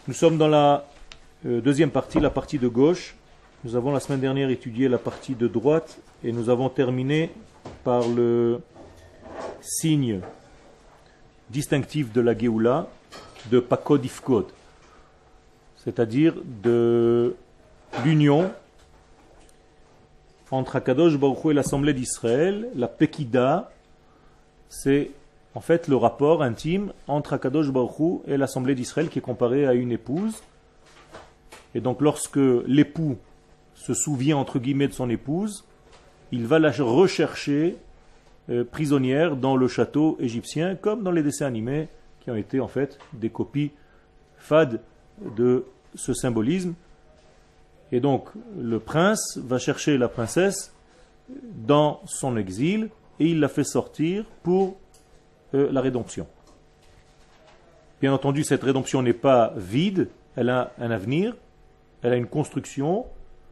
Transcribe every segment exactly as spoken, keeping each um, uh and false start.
Nous sommes dans la euh, deuxième partie, la partie de gauche. Nous avons la semaine dernière étudié la partie de droite et nous avons terminé par le signe distinctif de la Géoula de Pakod Ifkod, c'est-à-dire de l'union entre Akadosh Baruch Hu et l'Assemblée d'Israël. La Pekida, c'est en fait le rapport intime entre Akadosh Baruch Hu et l'Assemblée d'Israël qui est comparé à une épouse. Et donc lorsque l'époux se souvient entre guillemets de son épouse, il va la rechercher euh, prisonnière dans le château égyptien, comme dans les dessins animés qui ont été en fait des copies fades de ce symbolisme. Et donc le prince va chercher la princesse dans son exil et il la fait sortir pour euh, la rédemption. Bien entendu, cette rédemption n'est pas vide, elle a un avenir, elle a une construction,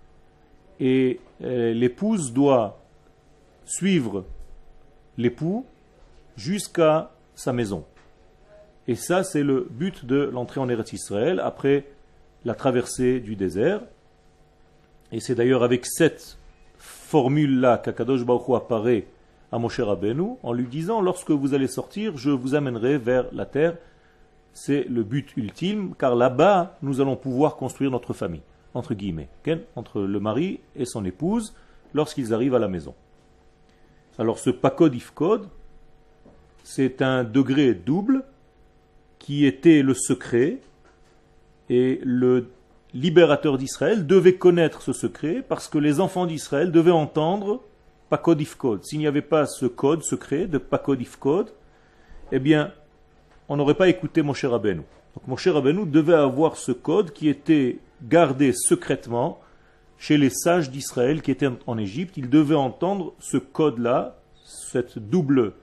et euh, l'épouse doit suivre l'époux jusqu'à sa maison. Et ça, c'est le but de l'entrée en Eretz Israël après la traversée du désert. Et c'est d'ailleurs avec cette formule-là qu'Akadosh Baruch Hu apparaît à Moshe Rabbeinu en lui disant: lorsque vous allez sortir, je vous amènerai vers la terre. C'est le but ultime, car là-bas, nous allons pouvoir construire notre famille, entre guillemets, entre le mari et son épouse, lorsqu'ils arrivent à la maison. Alors ce Pakod Ifkod, c'est un degré double qui était le secret, et le libérateur d'Israël devait connaître ce secret parce que les enfants d'Israël devaient entendre Pakod Ifkod. S'il n'y avait pas ce code secret de Pakod Ifkod, eh bien, on n'aurait pas écouté Moshe Rabbeinu. Donc Moshe Rabbeinu devait avoir ce code qui était gardé secrètement chez les sages d'Israël qui étaient en Égypte. Ils devaient entendre ce code-là, cette double euh,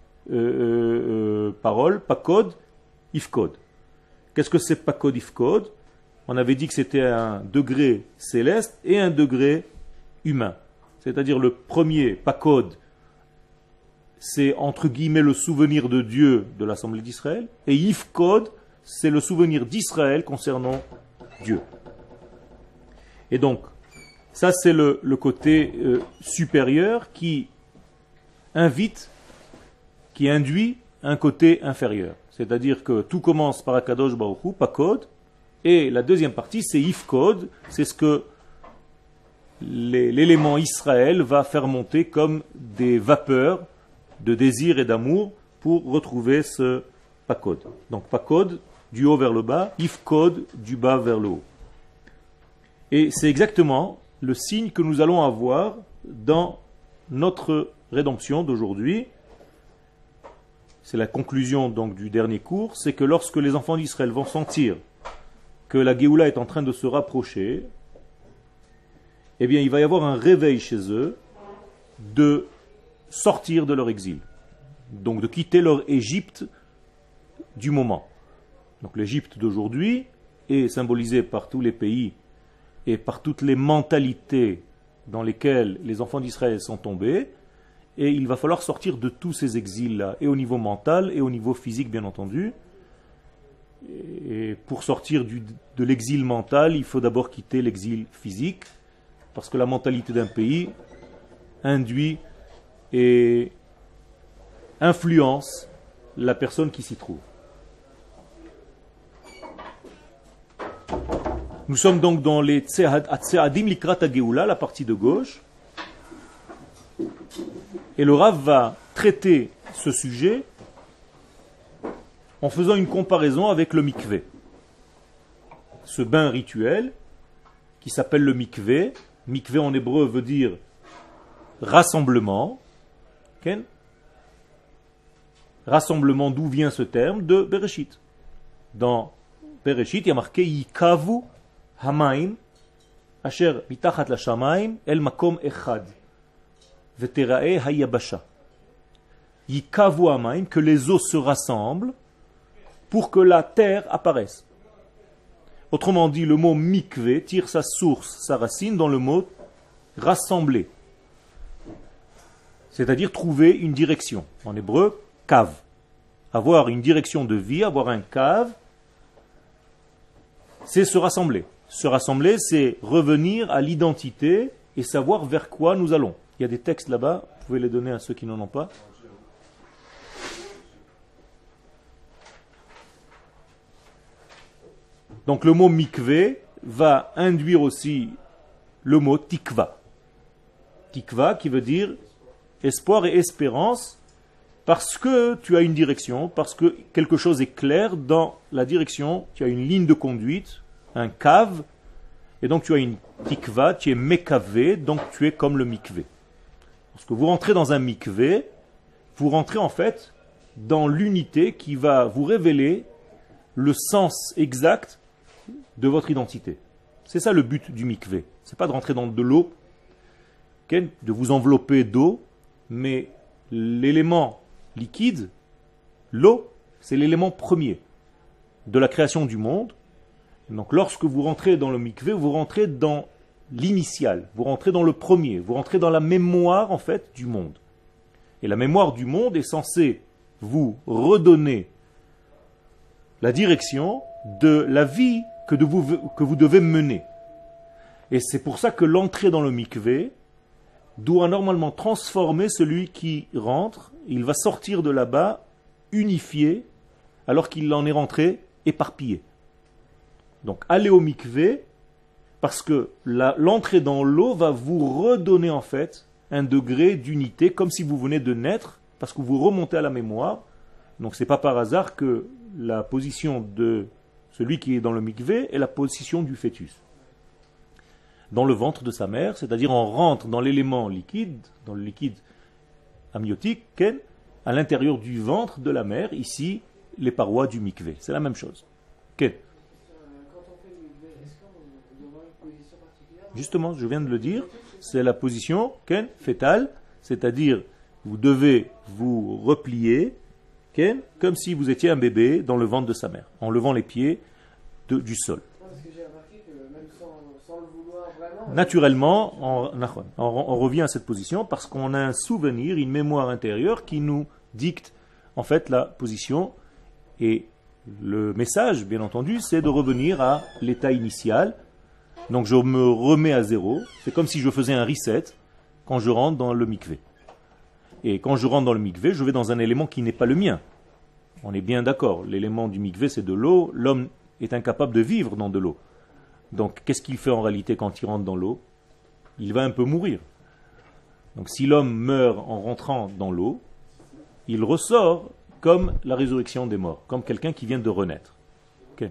euh, parole, Pakod Ifkod. Qu'est-ce que c'est Pakod Ifkod? On avait dit que c'était un degré céleste et un degré humain. C'est-à-dire le premier Pakod, c'est entre guillemets le souvenir de Dieu de l'Assemblée d'Israël, et Ifkod, c'est le souvenir d'Israël concernant Dieu. Et donc, ça c'est le, le côté euh, supérieur qui invite, qui induit un côté inférieur. C'est-à-dire que tout commence par Akadosh Baruch Hu, Pakod, et la deuxième partie c'est Ifkod, c'est ce que les, l'élément Israël va faire monter comme des vapeurs de désir et d'amour pour retrouver ce Pakod. Donc Pakod du haut vers le bas, Ifkod du bas vers le haut. Et c'est exactement le signe que nous allons avoir dans notre rédemption d'aujourd'hui. C'est la conclusion donc du dernier cours, c'est que lorsque les enfants d'Israël vont sentir que la Géoula est en train de se rapprocher, eh bien il va y avoir un réveil chez eux de sortir de leur exil, donc de quitter leur Égypte du moment. Donc l'Égypte d'aujourd'hui est symbolisée par tous les pays et par toutes les mentalités dans lesquelles les enfants d'Israël sont tombés, et il va falloir sortir de tous ces exils-là, et au niveau mental et au niveau physique bien entendu. Et pour sortir du, de l'exil mental, il faut d'abord quitter l'exil physique, parce que la mentalité d'un pays induit et influence la personne qui s'y trouve. Nous sommes donc dans les Tseadim Likrat HaGeoula, la partie de gauche, et le Rav va traiter ce sujet en faisant une comparaison avec le mikvé. Ce bain rituel qui s'appelle le mikvé. Mikvé en hébreu veut dire rassemblement. Okay? Rassemblement, d'où vient ce terme? De Bereshit. Dans Bereshit, il y a marqué Yikavu Hamaim Asher mitachat la Shamaim El Makom Echad Veterae Hayabasha. Yikavu Hamaim, que les eaux se rassemblent pour que la terre apparaisse. Autrement dit, le mot mikvé tire sa source, sa racine dans le mot rassembler. C'est-à-dire trouver une direction. En hébreu, cave. Avoir une direction de vie, avoir un cave, C'est se rassembler. Se rassembler, c'est revenir à l'identité et savoir vers quoi nous allons. Il y a des textes là-bas, vous pouvez les donner à ceux qui n'en ont pas. Donc le mot mikvé va induire aussi le mot tikva. Tikva qui veut dire espoir et espérance parce que tu as une direction, parce que quelque chose est clair dans la direction, tu as une ligne de conduite, un cave, et donc tu as une tikva, tu es mekavé, donc tu es comme le mikvé. Lorsque vous rentrez dans un mikvé, vous rentrez en fait dans l'unité qui va vous révéler le sens exact de votre identité. C'est ça le but du mikvé. C'est pas de rentrer dans de l'eau, de vous envelopper d'eau, mais l'élément liquide, l'eau, c'est l'élément premier de la création du monde. Donc lorsque vous rentrez dans le mikvé, vous rentrez dans l'initial, vous rentrez dans le premier, vous rentrez dans la mémoire en fait du monde. Et la mémoire du monde est censée vous redonner la direction de la vie que, de vous, que vous devez mener. Et c'est pour ça que l'entrée dans le mikvé doit normalement transformer celui qui rentre. Il va sortir de là-bas unifié, alors qu'il en est rentré éparpillé. Donc allez au mikvé, parce que la, l'entrée dans l'eau va vous redonner en fait un degré d'unité, comme si vous venez de naître, parce que vous remontez à la mémoire. Donc c'est pas par hasard que la position de celui qui est dans le mikvé est la position du fœtus. Dans le ventre de sa mère, c'est-à-dire on rentre dans l'élément liquide, dans le liquide amniotique, à l'intérieur du ventre de la mère, ici, les parois du mikvé. C'est la même chose. Ken. Justement, je viens de le dire, c'est la position ken, fétale, c'est-à-dire vous devez vous replier ken, comme si vous étiez un bébé dans le ventre de sa mère, en levant les pieds de, du sol. Naturellement, on, on, on revient à cette position parce qu'on a un souvenir, une mémoire intérieure qui nous dicte en fait la position. Et le message, bien entendu, c'est de revenir à l'état initial. Donc je me remets à zéro. C'est comme si je faisais un reset quand je rentre dans le mikvé. Et quand je rentre dans le mikvé, je vais dans un élément qui n'est pas le mien. On est bien d'accord. L'élément du mikvé, c'est de l'eau. L'homme est incapable de vivre dans de l'eau. Donc, qu'est-ce qu'il fait en réalité quand il rentre dans l'eau? Il va un peu mourir. Donc, si l'homme meurt en rentrant dans l'eau, il ressort comme la résurrection des morts, comme quelqu'un qui vient de renaître. Okay.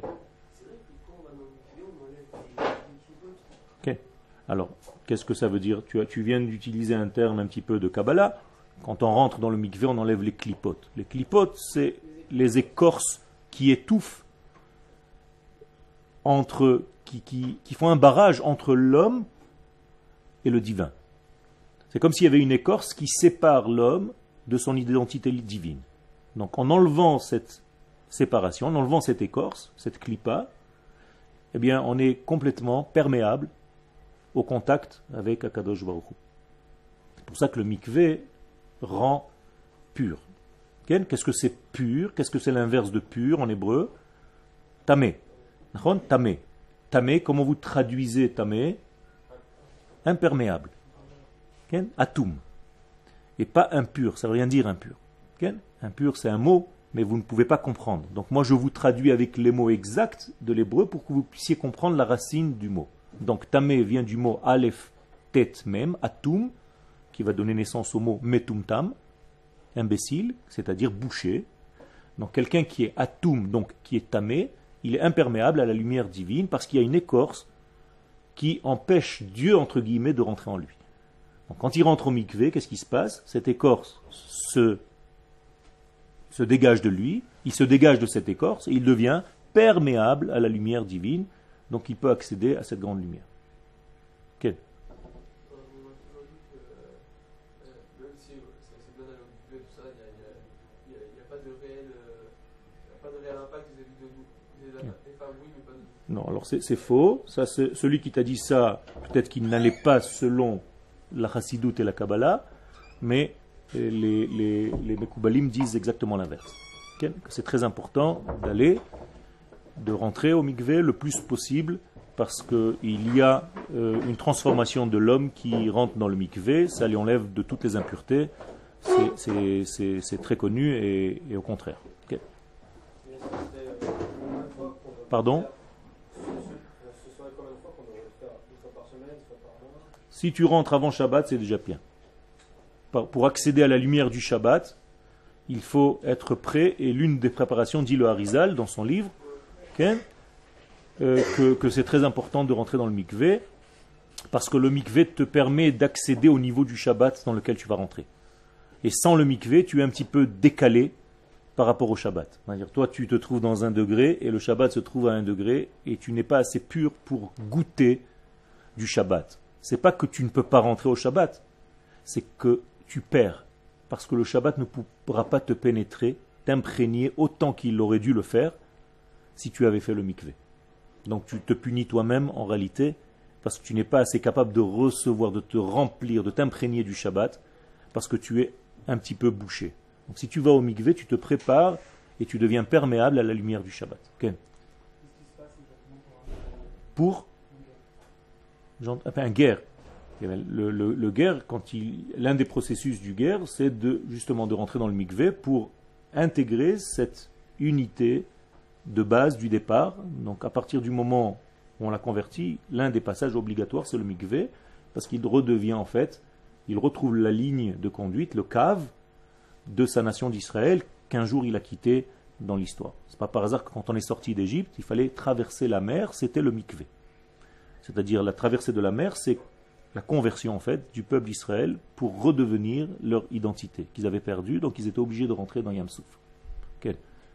Okay. Alors, qu'est-ce que ça veut dire? tu, as, tu viens d'utiliser un terme un petit peu de Kabbalah. Quand on rentre dans le mikvé, on enlève les clipotes. Les clipotes, c'est les écorces qui étouffent entre... Qui, qui, qui font un barrage entre l'homme et le divin. C'est comme s'il y avait une écorce qui sépare l'homme de son identité divine. Donc en enlevant cette séparation, en enlevant cette écorce, cette clipa, eh bien on est complètement perméable au contact avec Akadosh Baruch Hu. C'est pour ça que le mikvé rend pur. Qu'est-ce que c'est pur? Qu'est-ce que c'est l'inverse de pur en hébreu? Tamé. Tamé. Tamé, comment vous traduisez tamé? Imperméable. Atum. Et pas impur, ça ne veut rien dire impur. Impur, c'est un mot, mais vous ne pouvez pas comprendre. Donc moi, je vous traduis avec les mots exacts de l'hébreu pour que vous puissiez comprendre la racine du mot. Donc tamé vient du mot aleph, tet, mem, atum, qui va donner naissance au mot metumtam, imbécile, c'est-à-dire bouché. Donc quelqu'un qui est atum, donc qui est tamé, il est imperméable à la lumière divine parce qu'il y a une écorce qui empêche Dieu, entre guillemets, de rentrer en lui. Donc, quand il rentre au mikvé, qu'est-ce qui se passe? Cette écorce se, se dégage de lui, il se dégage de cette écorce et il devient perméable à la lumière divine, donc il peut accéder à cette grande lumière. Quel? Non, alors c'est, c'est faux. Ça, c'est, celui qui t'a dit ça, peut-être qu'il n'allait pas selon la chassidoute et la Kabbalah, mais les, les, les Mekoubalim disent exactement l'inverse. Okay? C'est très important d'aller de rentrer au mikvé le plus possible parce qu'il y a euh, une transformation de l'homme qui rentre dans le mikvé, ça lui enlève de toutes les impuretés, c'est, c'est, c'est, c'est très connu et, et au contraire. Okay. Pardon? Si tu rentres avant Shabbat, c'est déjà bien. Pour accéder à la lumière du Shabbat, il faut être prêt, et l'une des préparations, dit le Harizal dans son livre, okay, euh, que, que c'est très important de rentrer dans le mikvé, parce que le mikvé te permet d'accéder au niveau du Shabbat dans lequel tu vas rentrer. Et sans le mikvé, tu es un petit peu décalé par rapport au Shabbat. C'est-à-dire, toi, tu te trouves dans un degré, et le Shabbat se trouve à un degré, et tu n'es pas assez pur pour goûter du Shabbat. C'est pas que tu ne peux pas rentrer au Shabbat, c'est que tu perds. Parce que le Shabbat ne pourra pas te pénétrer, t'imprégner autant qu'il aurait dû le faire si tu avais fait le mikvé. Donc tu te punis toi-même en réalité, parce que tu n'es pas assez capable de recevoir, de te remplir, de t'imprégner du Shabbat, parce que tu es un petit peu bouché. Donc si tu vas au mikvé, tu te prépares et tu deviens perméable à la lumière du Shabbat. Okay. Pour un guerre. Le, le, le guerre, quand il, l'un des processus du guerre, c'est de, justement de rentrer dans le mikvé pour intégrer cette unité de base du départ. Donc à partir du moment où on l'a converti, l'un des passages obligatoires, c'est le mikvé, parce qu'il redevient en fait, il retrouve la ligne de conduite, le cave de sa nation d'Israël, qu'un jour il a quitté dans l'histoire. C'est pas par hasard que quand on est sorti d'Égypte, il fallait traverser la mer, c'était le mikvé. C'est-à-dire la traversée de la mer, c'est la conversion en fait du peuple d'Israël pour redevenir leur identité qu'ils avaient perdue, donc ils étaient obligés de rentrer dans Yam Souf. Okay.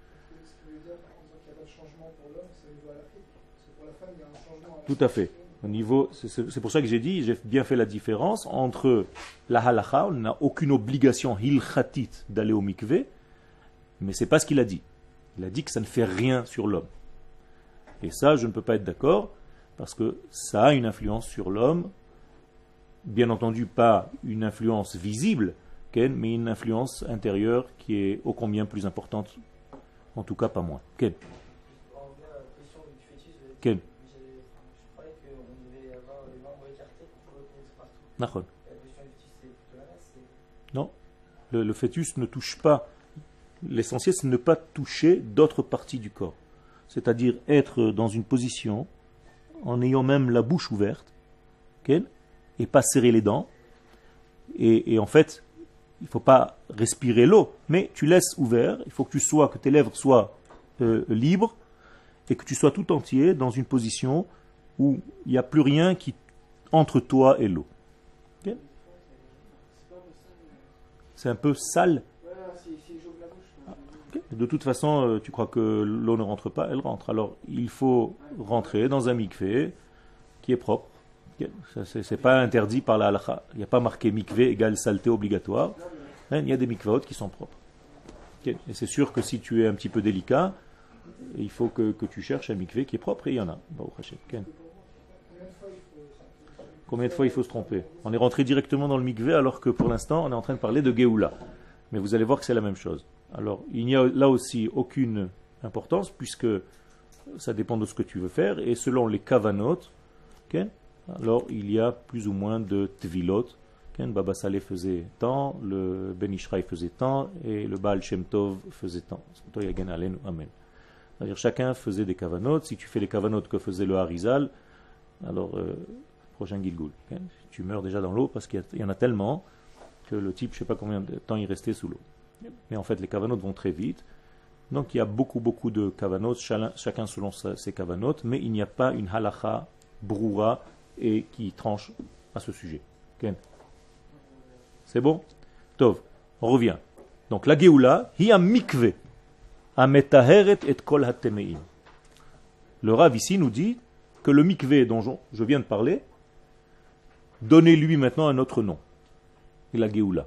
Tout à fait. Au niveau, c'est, c'est pour ça que j'ai dit, j'ai bien fait la différence entre la halakha, on n'a aucune obligation hilchatit d'aller au mikvé, mais c'est pas ce qu'il a dit. Il a dit que ça ne fait rien sur l'homme. Et ça, je ne peux pas être d'accord, parce que ça a une influence sur l'homme. Bien entendu, pas une influence visible, mais une influence intérieure qui est ô combien plus importante, en tout cas pas moins. Ken. Ken. Non, le, le fœtus ne touche pas. L'essentiel, c'est ne pas toucher d'autres parties du corps. C'est-à-dire être dans une position en ayant même la bouche ouverte, ken, et pas serrer les dents. Et, et en fait, il ne faut pas respirer l'eau, mais tu laisses ouvert. Il faut que tu sois, que tes lèvres soient euh, libres et que tu sois tout entier dans une position où il n'y a plus rien qui entre toi et l'eau. Okay. C'est un peu sale. Okay. De toute façon, euh, tu crois que l'eau ne rentre pas, elle rentre. Alors, il faut rentrer dans un mikvé qui est propre. Ce n'est pas interdit par la halakha. Il n'y a pas marqué mikvé égale saleté obligatoire. Il y a des mikvéot qui sont propres. Okay. Et c'est sûr que si tu es un petit peu délicat, il faut que, que tu cherches un mikvé qui est propre, et il y en a. Okay. Combien de fois il faut se tromper? On est rentré directement dans le mikvé alors que pour l'instant on est en train de parler de Géoula. Mais vous allez voir que c'est la même chose. Alors il n'y a là aussi aucune importance puisque ça dépend de ce que tu veux faire et selon les kavanot, okay, alors il y a plus ou moins de tvilot. Okay, Baba Saleh faisait tant, le Ben Ishraï faisait tant et le Baal Shem Tov faisait tant. Amen. C'est-à-dire chacun faisait des kavanot. Si tu fais les kavanot que faisait le Harizal, alors euh, prochain Gilgul. Okay? Tu meurs déjà dans l'eau parce qu'il y en a tellement que le type, je ne sais pas combien de temps il restait sous l'eau. Mais en fait, les kavanot vont très vite. Donc il y a beaucoup, beaucoup de kavanot, chacun selon ses kavanot, mais il n'y a pas une halakha broura et qui tranche à ce sujet. Okay? C'est bon? Tov, on revient. Donc la Géoula, hi a mikve, a metaheret et kol hatemeim. Le Rav ici nous dit que le mikvé dont je viens de parler, donnez-lui maintenant un autre nom. La Géoula.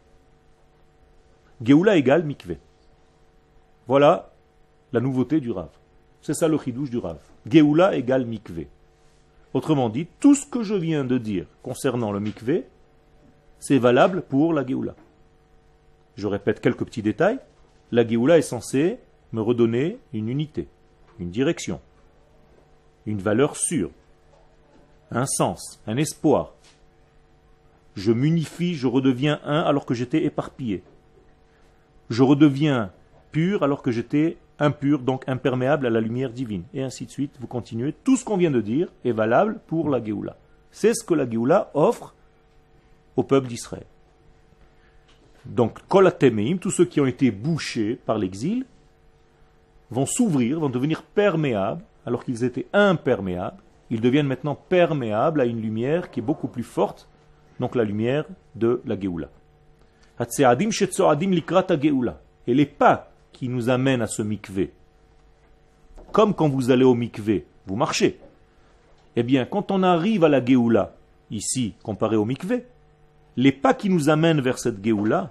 Géoula égale mikvé. Voilà la nouveauté du Rav. C'est ça le chidouche du Rav. Géoula égale mikvé. Autrement dit, tout ce que je viens de dire concernant le mikvé, c'est valable pour la Géoula. Je répète quelques petits détails. La Géoula est censée me redonner une unité. une direction, une valeur sûre, un sens, un espoir. Je m'unifie, je redeviens un alors que j'étais éparpillé. Je redeviens pur alors que j'étais impur, donc imperméable à la lumière divine. Et ainsi de suite, vous continuez. Tout ce qu'on vient de dire est valable pour la Géoula. C'est ce que la Géoula offre au peuple d'Israël. Donc, Kol HaTemeim, tous ceux qui ont été bouchés par l'exil, vont s'ouvrir, vont devenir perméables, alors qu'ils étaient imperméables. Ils deviennent maintenant perméables à une lumière qui est beaucoup plus forte, donc la lumière de la Géoula. Et les pas qui nous amènent à ce mikvé, comme quand vous allez au mikvé, vous marchez. Eh bien, quand on arrive à la Géoula, ici, comparé au mikvé, les pas qui nous amènent vers cette Géoula,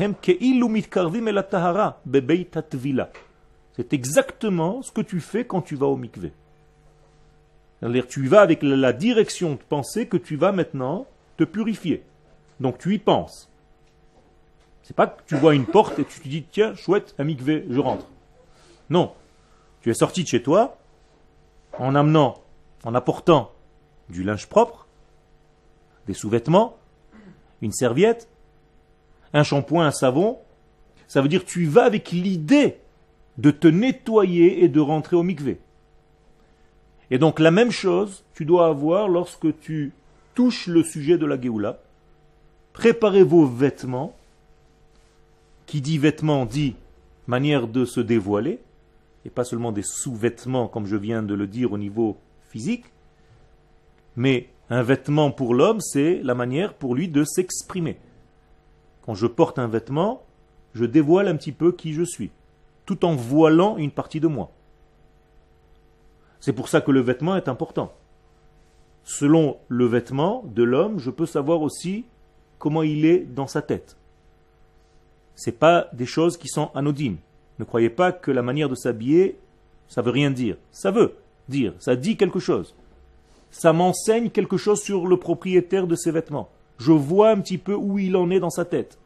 c'est exactement ce que tu fais quand tu vas au mikvé. C'est-à-dire, tu vas avec la direction de penser que tu vas maintenant te purifier. Donc tu y penses. C'est pas que tu vois une porte et tu te dis, tiens, chouette, un mikvé, je rentre. Non. Tu es sorti de chez toi en amenant, en apportant du linge propre, des sous-vêtements, une serviette, un shampoing, un savon. Ça veut dire que tu vas avec l'idée de te nettoyer et de rentrer au mikvé. Et donc la même chose, tu dois avoir lorsque tu touches le sujet de la Géoula. Préparez vos vêtements. Qui dit vêtements dit manière de se dévoiler, et pas seulement des sous-vêtements comme je viens de le dire au niveau physique, mais un vêtement pour l'homme, c'est la manière pour lui de s'exprimer. Quand je porte un vêtement, je dévoile un petit peu qui je suis, tout en voilant une partie de moi. C'est pour ça que le vêtement est important. Selon le vêtement de l'homme, je peux savoir aussi comment il est dans sa tête. Ce n'est pas des choses qui sont anodines. Ne croyez pas que la manière de s'habiller, ça veut rien dire. Ça veut dire, ça dit quelque chose. Ça m'enseigne quelque chose sur le propriétaire de ses vêtements. Je vois un petit peu où il en est dans sa tête.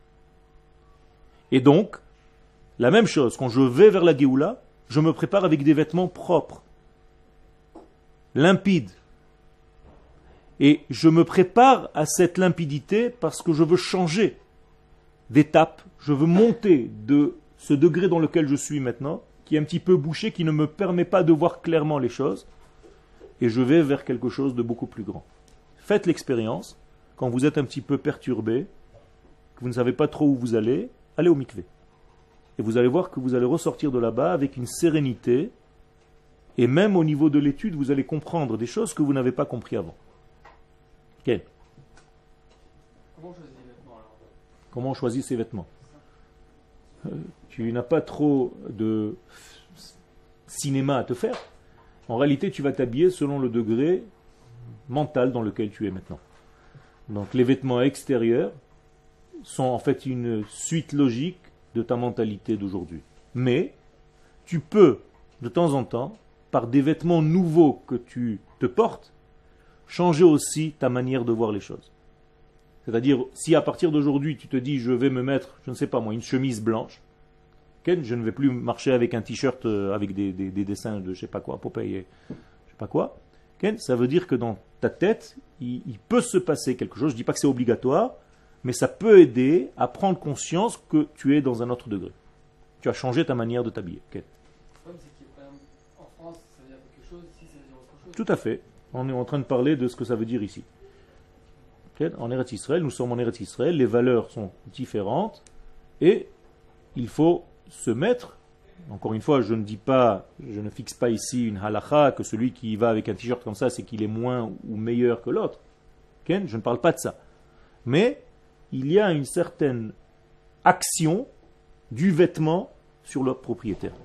Et donc, la même chose, quand je vais vers la Géoula, je me prépare avec des vêtements propres, limpides. Et je me prépare à cette limpidité parce que je veux changer d'étape, je veux monter de ce degré dans lequel je suis maintenant, qui est un petit peu bouché, qui ne me permet pas de voir clairement les choses, et je vais vers quelque chose de beaucoup plus grand. Faites l'expérience, quand vous êtes un petit peu perturbé, que vous ne savez pas trop où vous allez, allez au mikvé. Et vous allez voir que vous allez ressortir de là-bas avec une sérénité, et même au niveau de l'étude, vous allez comprendre des choses que vous n'avez pas compris avant. Ok. Comment choisir les vêtements alors? Comment on choisit ses vêtements? euh, Tu n'as pas trop de cinéma à te faire. En réalité, tu vas t'habiller selon le degré mental dans lequel tu es maintenant. Donc les vêtements extérieurs sont en fait une suite logique de ta mentalité d'aujourd'hui. Mais tu peux, de temps en temps, par des vêtements nouveaux que tu te portes, changer aussi ta manière de voir les choses. C'est-à-dire, si à partir d'aujourd'hui, tu te dis, je vais me mettre, je ne sais pas moi, une chemise blanche, okay, je ne vais plus marcher avec un t-shirt avec des, des, des dessins de je ne sais pas quoi, Popeye, je ne sais pas quoi, okay, ça veut dire que dans ta tête, il, il peut se passer quelque chose. Je ne dis pas que c'est obligatoire, mais ça peut aider à prendre conscience que tu es dans un autre degré. Tu as changé ta manière de t'habiller. Okay. Le problème, c'est qu'en France, ça veut dire quelque chose, ici, ça veut dire autre chose. Tout à fait. On est en train de parler de ce que ça veut dire ici. En Eretz Israël, nous sommes en Eretz Israël, les valeurs sont différentes et il faut se mettre, encore une fois, je ne dis pas, je ne fixe pas ici une halakha que celui qui va avec un t-shirt comme ça, c'est qu'il est moins ou meilleur que l'autre. Je ne parle pas de ça. Mais il y a une certaine action du vêtement sur le propriétaire.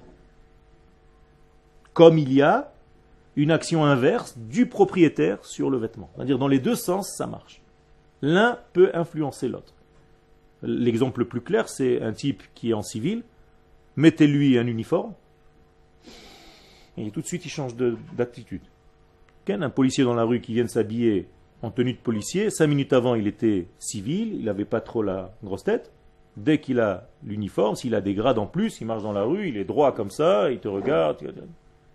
Comme il y a une action inverse du propriétaire sur le vêtement. C'est-à-dire dans les deux sens, ça marche. L'un peut influencer l'autre. L'exemple le plus clair, c'est un type qui est en civil, mettez-lui un uniforme, et tout de suite il change de, d'attitude. Un policier dans la rue qui vient de s'habiller en tenue de policier, cinq minutes avant il était civil, il n'avait pas trop la grosse tête. Dès qu'il a l'uniforme, s'il a des grades en plus, il marche dans la rue, il est droit comme ça, il te regarde.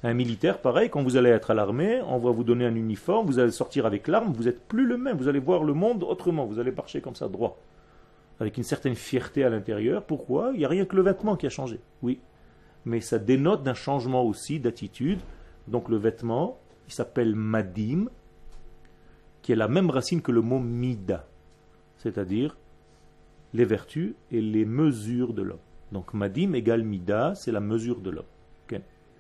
Un militaire, pareil, quand vous allez être à l'armée, on va vous donner un uniforme, vous allez sortir avec l'arme, vous n'êtes plus le même, vous allez voir le monde autrement, vous allez marcher comme ça, droit, avec une certaine fierté à l'intérieur. Pourquoi? Il n'y a rien que le vêtement qui a changé. Oui, mais ça dénote d'un changement aussi d'attitude. Donc le vêtement, il s'appelle madim, qui est la même racine que le mot mida, c'est-à-dire les vertus et les mesures de l'homme. Donc madim égale mida, c'est la mesure de l'homme. Okay.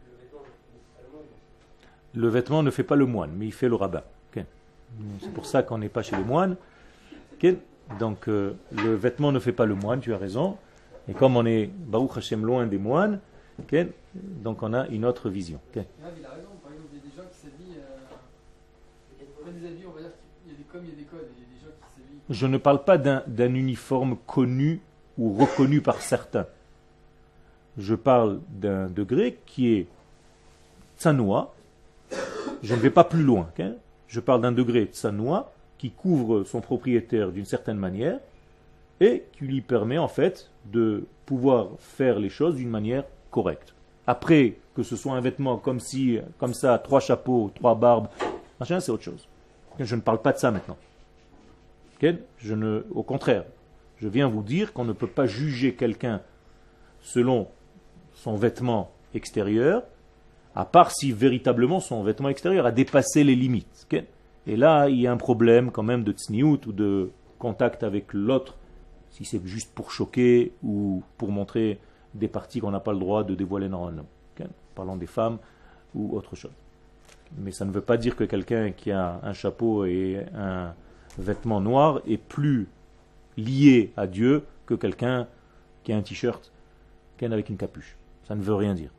Le vêtement ne fait pas le moine, mais il fait le rabbin. Okay. C'est pour ça qu'on n'est pas chez les moines. Okay. Donc euh, le vêtement ne fait pas le moine, tu as raison. Et comme on est Baruch Hashem loin des moines, okay, donc on a une autre vision. Okay. Il a raison, par exemple, il y a des gens qui s'habillent. Euh... Des habits, on va dire qu'il y a des comme il y a des codes, il y a des gens qui s'habillent. Je ne parle pas d'un, d'un uniforme connu ou reconnu par certains. Je parle d'un degré qui est tsanoua. Je ne vais pas plus loin. Okay. Je parle d'un degré tsanoua qui couvre son propriétaire d'une certaine manière et qui lui permet en fait de pouvoir faire les choses d'une manière correcte. Après, que ce soit un vêtement comme si, comme ça, trois chapeaux, trois barbes, machin, c'est autre chose. Je ne parle pas de ça maintenant. Okay? Je ne, au contraire, je viens vous dire qu'on ne peut pas juger quelqu'un selon son vêtement extérieur, à part si véritablement son vêtement extérieur a dépassé les limites. Okay? Et là, il y a un problème quand même de tsniout ou de contact avec l'autre, si c'est juste pour choquer ou pour montrer des parties qu'on n'a pas le droit de dévoiler normalement. Okay? Parlons des femmes ou autre chose. Mais ça ne veut pas dire que quelqu'un qui a un chapeau et un vêtement noir est plus lié à Dieu que quelqu'un qui a un t-shirt avec une capuche. Ça ne veut rien dire.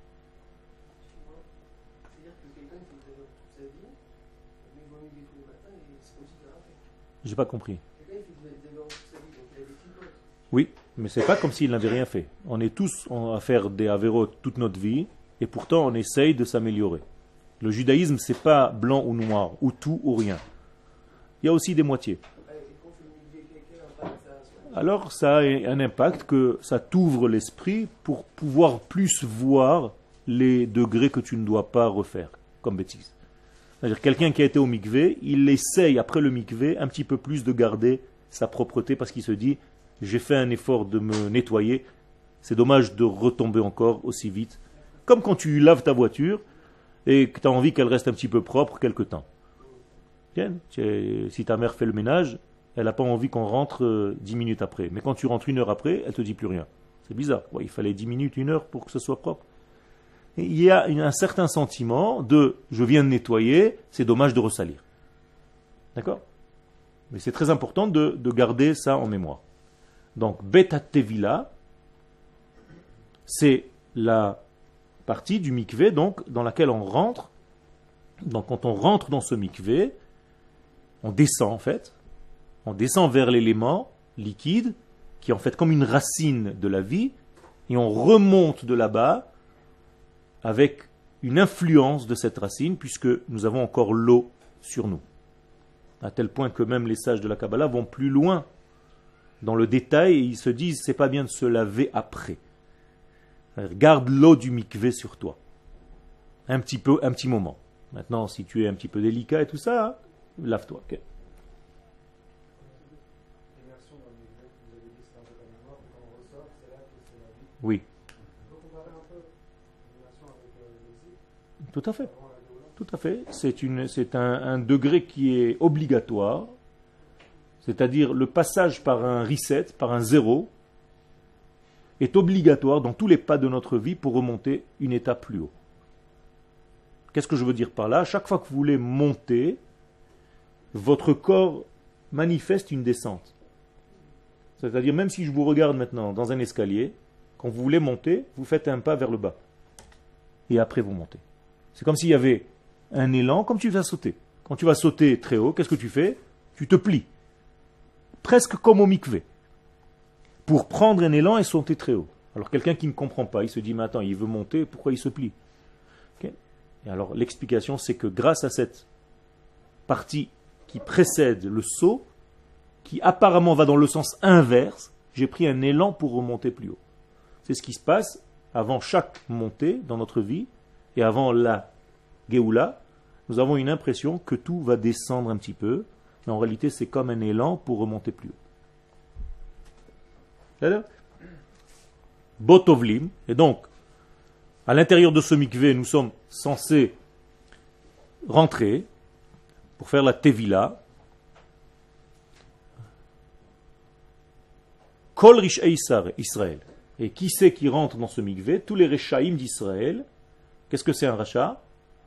J'ai pas compris. Oui, mais c'est pas comme s'il n'avait rien fait. On est tous à faire des avérotes toute notre vie et pourtant on essaye de s'améliorer. Le judaïsme, c'est pas blanc ou noir, ou tout ou rien. Il y a aussi des moitiés. Alors ça a un impact que ça t'ouvre l'esprit pour pouvoir plus voir les degrés que tu ne dois pas refaire comme bêtise. C'est-à-dire quelqu'un qui a été au mikvé, il essaye après le mikvé un petit peu plus de garder sa propreté parce qu'il se dit j'ai fait un effort de me nettoyer, c'est dommage de retomber encore aussi vite. Comme quand tu laves ta voiture et que tu as envie qu'elle reste un petit peu propre quelque temps. Bien, si ta mère fait le ménage, elle n'a pas envie qu'on rentre euh, dix minutes après. Mais quand tu rentres une heure après, elle ne te dit plus rien. C'est bizarre. Ouais, il fallait dix minutes, une heure pour que ce soit propre. Et il y a une, un certain sentiment de je viens de nettoyer, c'est dommage de ressalir. D'accord? Mais c'est très important de, de garder ça en mémoire. Donc, Beta Tevila, c'est la partie du mikvé donc, dans laquelle on rentre. Donc, quand on rentre dans ce mikvé, on descend en fait. On descend vers l'élément liquide, qui est en fait comme une racine de la vie, et on remonte de là-bas avec une influence de cette racine, puisque nous avons encore l'eau sur nous. À tel point que même les sages de la Kabbalah vont plus loin dans le détail, et ils se disent, c'est pas bien de se laver après. Garde l'eau du mikvé sur toi. Un petit peu, un petit moment. Maintenant, si tu es un petit peu délicat et tout ça, lave-toi. Okay. Oui. Tout à fait. Tout à fait. C'est, une, c'est un, un degré qui est obligatoire, c'est-à-dire le passage par un reset, par un zéro, est obligatoire dans tous les pas de notre vie pour remonter une étape plus haut. Qu'est-ce que je veux dire par là? Chaque fois que vous voulez monter, votre corps manifeste une descente. C'est-à-dire même si je vous regarde maintenant dans un escalier, quand vous voulez monter, vous faites un pas vers le bas. Et après vous montez. C'est comme s'il y avait un élan, comme tu vas sauter. Quand tu vas sauter très haut, qu'est-ce que tu fais? Tu te plies. Presque comme au mikvé. Pour prendre un élan et sauter très haut. Alors quelqu'un qui ne comprend pas, il se dit, mais attends, il veut monter, pourquoi il se plie? Okay. Et alors l'explication, c'est que grâce à cette partie qui précède le saut, qui apparemment va dans le sens inverse, j'ai pris un élan pour remonter plus haut. C'est ce qui se passe avant chaque montée dans notre vie et avant la Géoula, nous avons une impression que tout va descendre un petit peu, mais en réalité c'est comme un élan pour remonter plus haut. C'est-à-dire Botovlim, et donc à l'intérieur de ce mikvé, nous sommes censés rentrer pour faire la tevila. Kol Rish'ei Israël. Et qui c'est qui rentre dans ce mikvé? Tous les Reshaïm d'Israël. Qu'est-ce que c'est un rachat?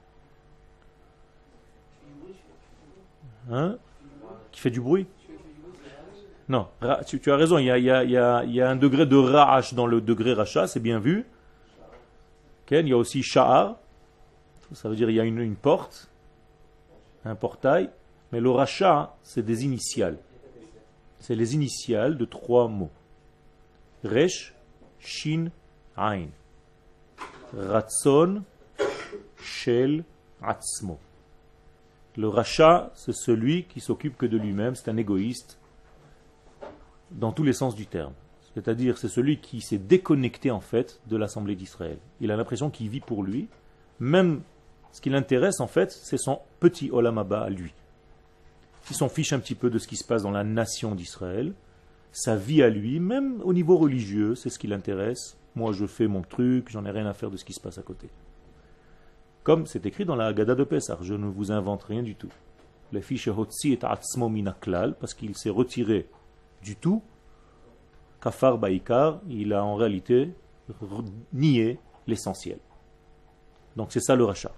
Hein? Qui fait du bruit? Non, tu, tu as raison, il y a, il, y a, il, y a, il y a un degré de ra'ash dans le degré rachat, c'est bien vu. Okay, il y a aussi sha'ar, ça veut dire il y a une, une porte, un portail, mais le rachat, c'est des initiales. C'est les initiales de trois mots. Resh, Shin, Ain. Ratson, Shel, Atzmo. Le rachat, c'est celui qui s'occupe que de lui-même, c'est un égoïste dans tous les sens du terme. C'est-à-dire, c'est celui qui s'est déconnecté en fait de l'Assemblée d'Israël. Il a l'impression qu'il vit pour lui. Même ce qui l'intéresse en fait, c'est son petit Olam Haba à lui. Il s'en fiche un petit peu de ce qui se passe dans la nation d'Israël. Sa vie à lui, même au niveau religieux, c'est ce qui l'intéresse. Moi, je fais mon truc, j'en ai rien à faire de ce qui se passe à côté. Comme c'est écrit dans la Haggadah de Pessah, je ne vous invente rien du tout. Le fiche Hotzi et Atzmo Minaklal, parce qu'il s'est retiré du tout. Kafar Baïkar, il a en réalité nié l'essentiel. Donc c'est ça le rachat.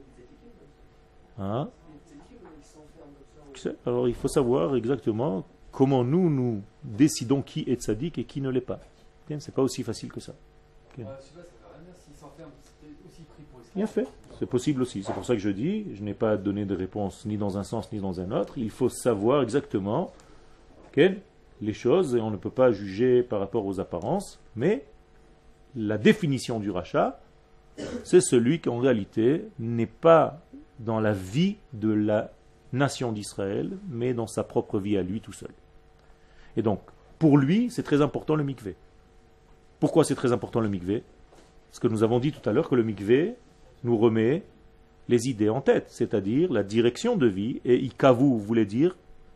Hein? Alors il faut savoir exactement comment nous, nous décidons qui est tzaddik et qui ne l'est pas. C'est pas aussi facile que ça. Bien fait, c'est possible aussi. C'est pour ça que je dis, je n'ai pas donné de réponse ni dans un sens ni dans un autre. Il faut savoir exactement les choses et on ne peut pas juger par rapport aux apparences, mais la définition du rachat, c'est celui qui en réalité n'est pas dans la vie de la nation d'Israël, mais dans sa propre vie à lui tout seul. Et donc, pour lui, c'est très important le mikvé. Pourquoi c'est très important le mikvé? Parce que nous avons dit tout à l'heure que le mikvé nous remet les idées en tête, c'est-à-dire la direction de vie, et ikavu voulait dire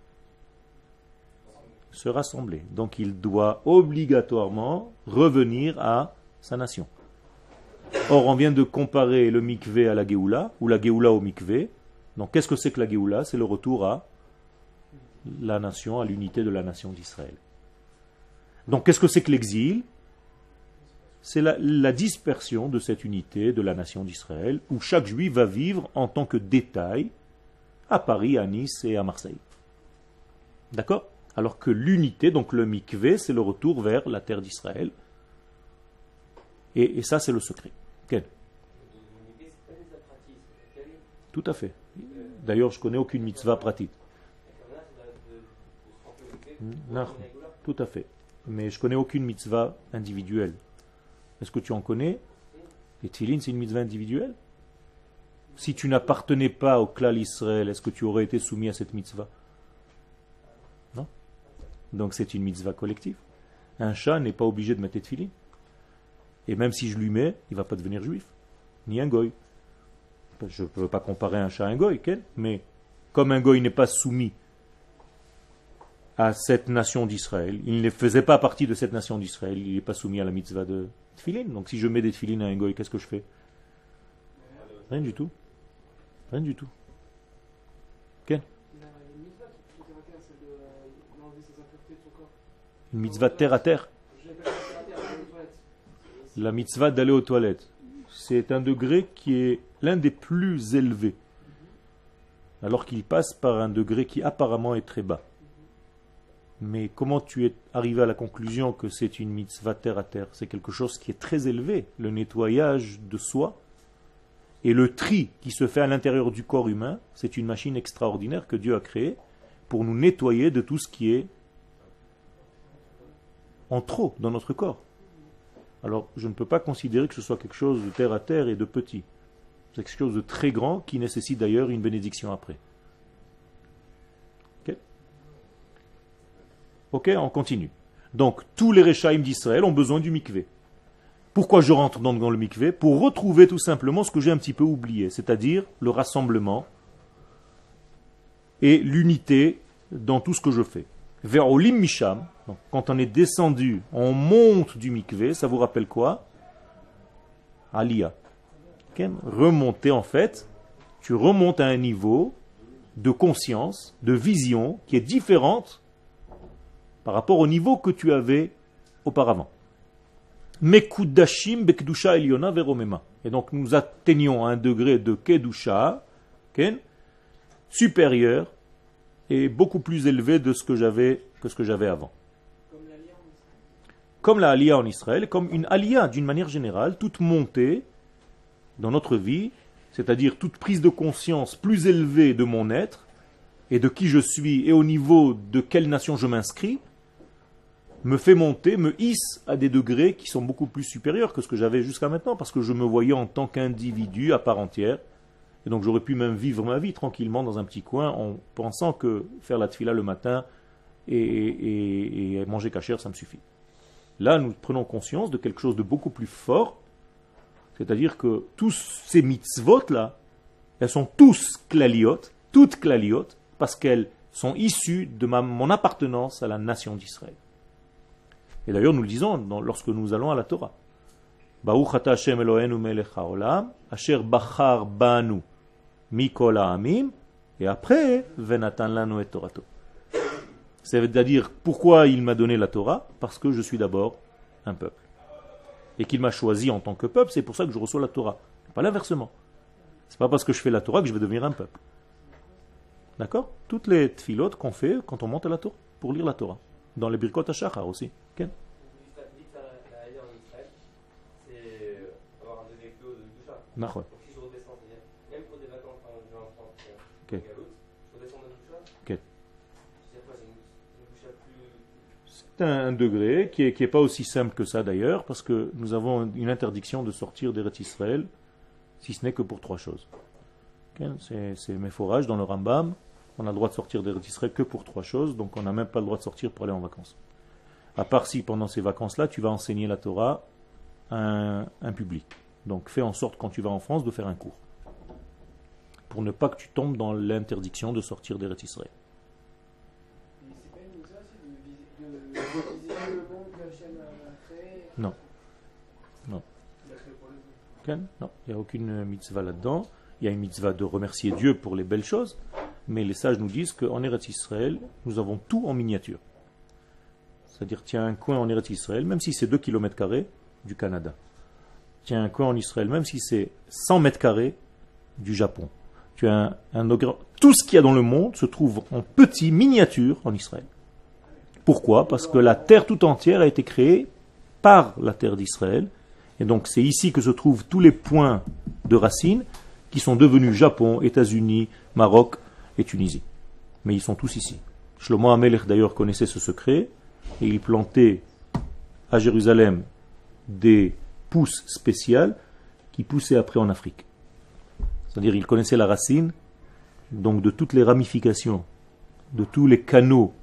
se rassembler. Donc il doit obligatoirement revenir à sa nation. Or, on vient de comparer le mikvé à la Géoula, ou la Géoula au mikvé. Donc qu'est-ce que c'est que la Géoula? C'est le retour à la nation, à l'unité de la nation d'Israël. Donc qu'est-ce que c'est que l'exil? C'est la, la dispersion de cette unité de la nation d'Israël, où chaque juif va vivre en tant que détail à Paris, à Nice et à Marseille. D'accord? Alors que l'unité, donc le mikvé, c'est le retour vers la terre d'Israël. Et, et ça, c'est le secret. Quel? Tout à fait. D'ailleurs, je ne connais aucune mitzvah pratique. Tout à fait. Mais je ne connais aucune mitzvah individuelle. Est-ce que tu en connais? Les tefilines, c'est une mitzvah individuelle? Si tu n'appartenais pas au clan Israël, est-ce que tu aurais été soumis à cette mitzvah? Non. Donc c'est une mitzvah collective. Un chat n'est pas obligé de mettre des tefilines. Et même si je lui mets, il ne va pas devenir juif. Ni un goy. Je ne peux pas comparer un chat à un goy, mais comme un goy n'est pas soumis à cette nation d'Israël, il ne faisait pas partie de cette nation d'Israël, il n'est pas soumis à la mitzvah de tefilin. Donc si je mets des tefilines à un goy, qu'est-ce que je fais? Rien du tout. Rien du tout. Quel? Une mitzvah terre à terre. La mitzvah d'aller aux toilettes. C'est un degré qui est l'un des plus élevés. Alors qu'il passe par un degré qui apparemment est très bas. Mais comment tu es arrivé à la conclusion que c'est une mitzvah terre à terre? C'est quelque chose qui est très élevé. Le nettoyage de soi et le tri qui se fait à l'intérieur du corps humain, c'est une machine extraordinaire que Dieu a créée pour nous nettoyer de tout ce qui est en trop dans notre corps. Alors, je ne peux pas considérer que ce soit quelque chose de terre à terre et de petit. C'est quelque chose de très grand qui nécessite d'ailleurs une bénédiction après. Ok? Ok, on continue. Donc, tous les Réchaïm d'Israël ont besoin du mikvé. Pourquoi je rentre donc dans le mikvé? Pour retrouver tout simplement ce que j'ai un petit peu oublié, c'est-à-dire le rassemblement et l'unité dans tout ce que je fais. Vers Olim Misham, donc, quand on est descendu, on monte du mikvé, ça vous rappelle quoi? Aliyah. Okay? Remonter en fait, tu remontes à un niveau de conscience, de vision qui est différente par rapport au niveau que tu avais auparavant. Mekudashim bekdusha eliona veromema. Et donc nous atteignons un degré de kedusha okay, supérieur et beaucoup plus élevé de ce que j'avais que ce que j'avais avant. Comme la aliyah en Israël, comme une aliyah d'une manière générale, toute montée dans notre vie, c'est-à-dire toute prise de conscience plus élevée de mon être et de qui je suis et au niveau de quelle nation je m'inscris, me fait monter, me hisse à des degrés qui sont beaucoup plus supérieurs que ce que j'avais jusqu'à maintenant, parce que je me voyais en tant qu'individu à part entière, et donc j'aurais pu même vivre ma vie tranquillement dans un petit coin en pensant que faire la tefila le matin et, et, et manger kasher, ça me suffit. Là, nous prenons conscience de quelque chose de beaucoup plus fort, c'est-à-dire que tous ces mitzvot-là, elles sont tous klaliot, toutes klaliot, parce qu'elles sont issues de ma, mon appartenance à la nation d'Israël. Et d'ailleurs, nous le disons dans, lorsque nous allons à la Torah. Baruch ata Hashem Eloheinu melech haolam, asher bachar banu mikol ha'amim, et après, venatan lanu et torato. C'est-à-dire, pourquoi il m'a donné la Torah? Parce que je suis d'abord un peuple. Et qu'il m'a choisi en tant que peuple, c'est pour ça que je reçois la Torah. Pas l'inversement. C'est pas parce que je fais la Torah que je vais devenir un peuple. D'accord? Toutes les tfilotes qu'on fait quand on monte à la Torah, pour lire la Torah. Dans les Birkot HaShachar aussi. Ken? D'accord. Si je redescends, c'est-à-dire même pour des vacances, quand je vais en France, je vais je redescends de Doucha. Ok. C'est un degré qui n'est qui est pas aussi simple que ça d'ailleurs, parce que nous avons une interdiction de sortir d'Eretz Israël, si ce n'est que pour trois choses. Okay? C'est, c'est mes forages dans le Rambam. On a le droit de sortir d'Eretz Israël que pour trois choses, donc on n'a même pas le droit de sortir pour aller en vacances. À part si pendant ces vacances-là, tu vas enseigner la Torah à un, un public. Donc fais en sorte quand tu vas en France de faire un cours. Pour ne pas que tu tombes dans l'interdiction de sortir d'Eretz Israël. Mais c'est pas une mitzvah aussi de visiter le monde que Hachem a créé? Non. Non. Ken? Non, il n'y a aucune mitzvah là-dedans. Il y a une mitzvah de remercier Dieu pour les belles choses, mais les sages nous disent qu'en Eretz Israël, nous avons tout en miniature. C'est-à-dire, tiens un coin en Eretz Israël, même si c'est deux kilomètres carrés du Canada. Tiens un coin en Israël, même si c'est cent mètres carrés du Japon. Tu as un, un, tout ce qu'il y a dans le monde se trouve en petit, miniature en Israël. Pourquoi? Parce que la terre tout entière a été créée par la terre d'Israël. Et donc c'est ici que se trouvent tous les points de racines qui sont devenus Japon, États-Unis, Maroc et Tunisie. Mais ils sont tous ici. Shlomo HaMelech d'ailleurs connaissait ce secret et il plantait à Jérusalem des pousses spéciales qui poussaient après en Afrique. C'est-à-dire il connaissait la racine, donc de toutes les ramifications, de tous les canaux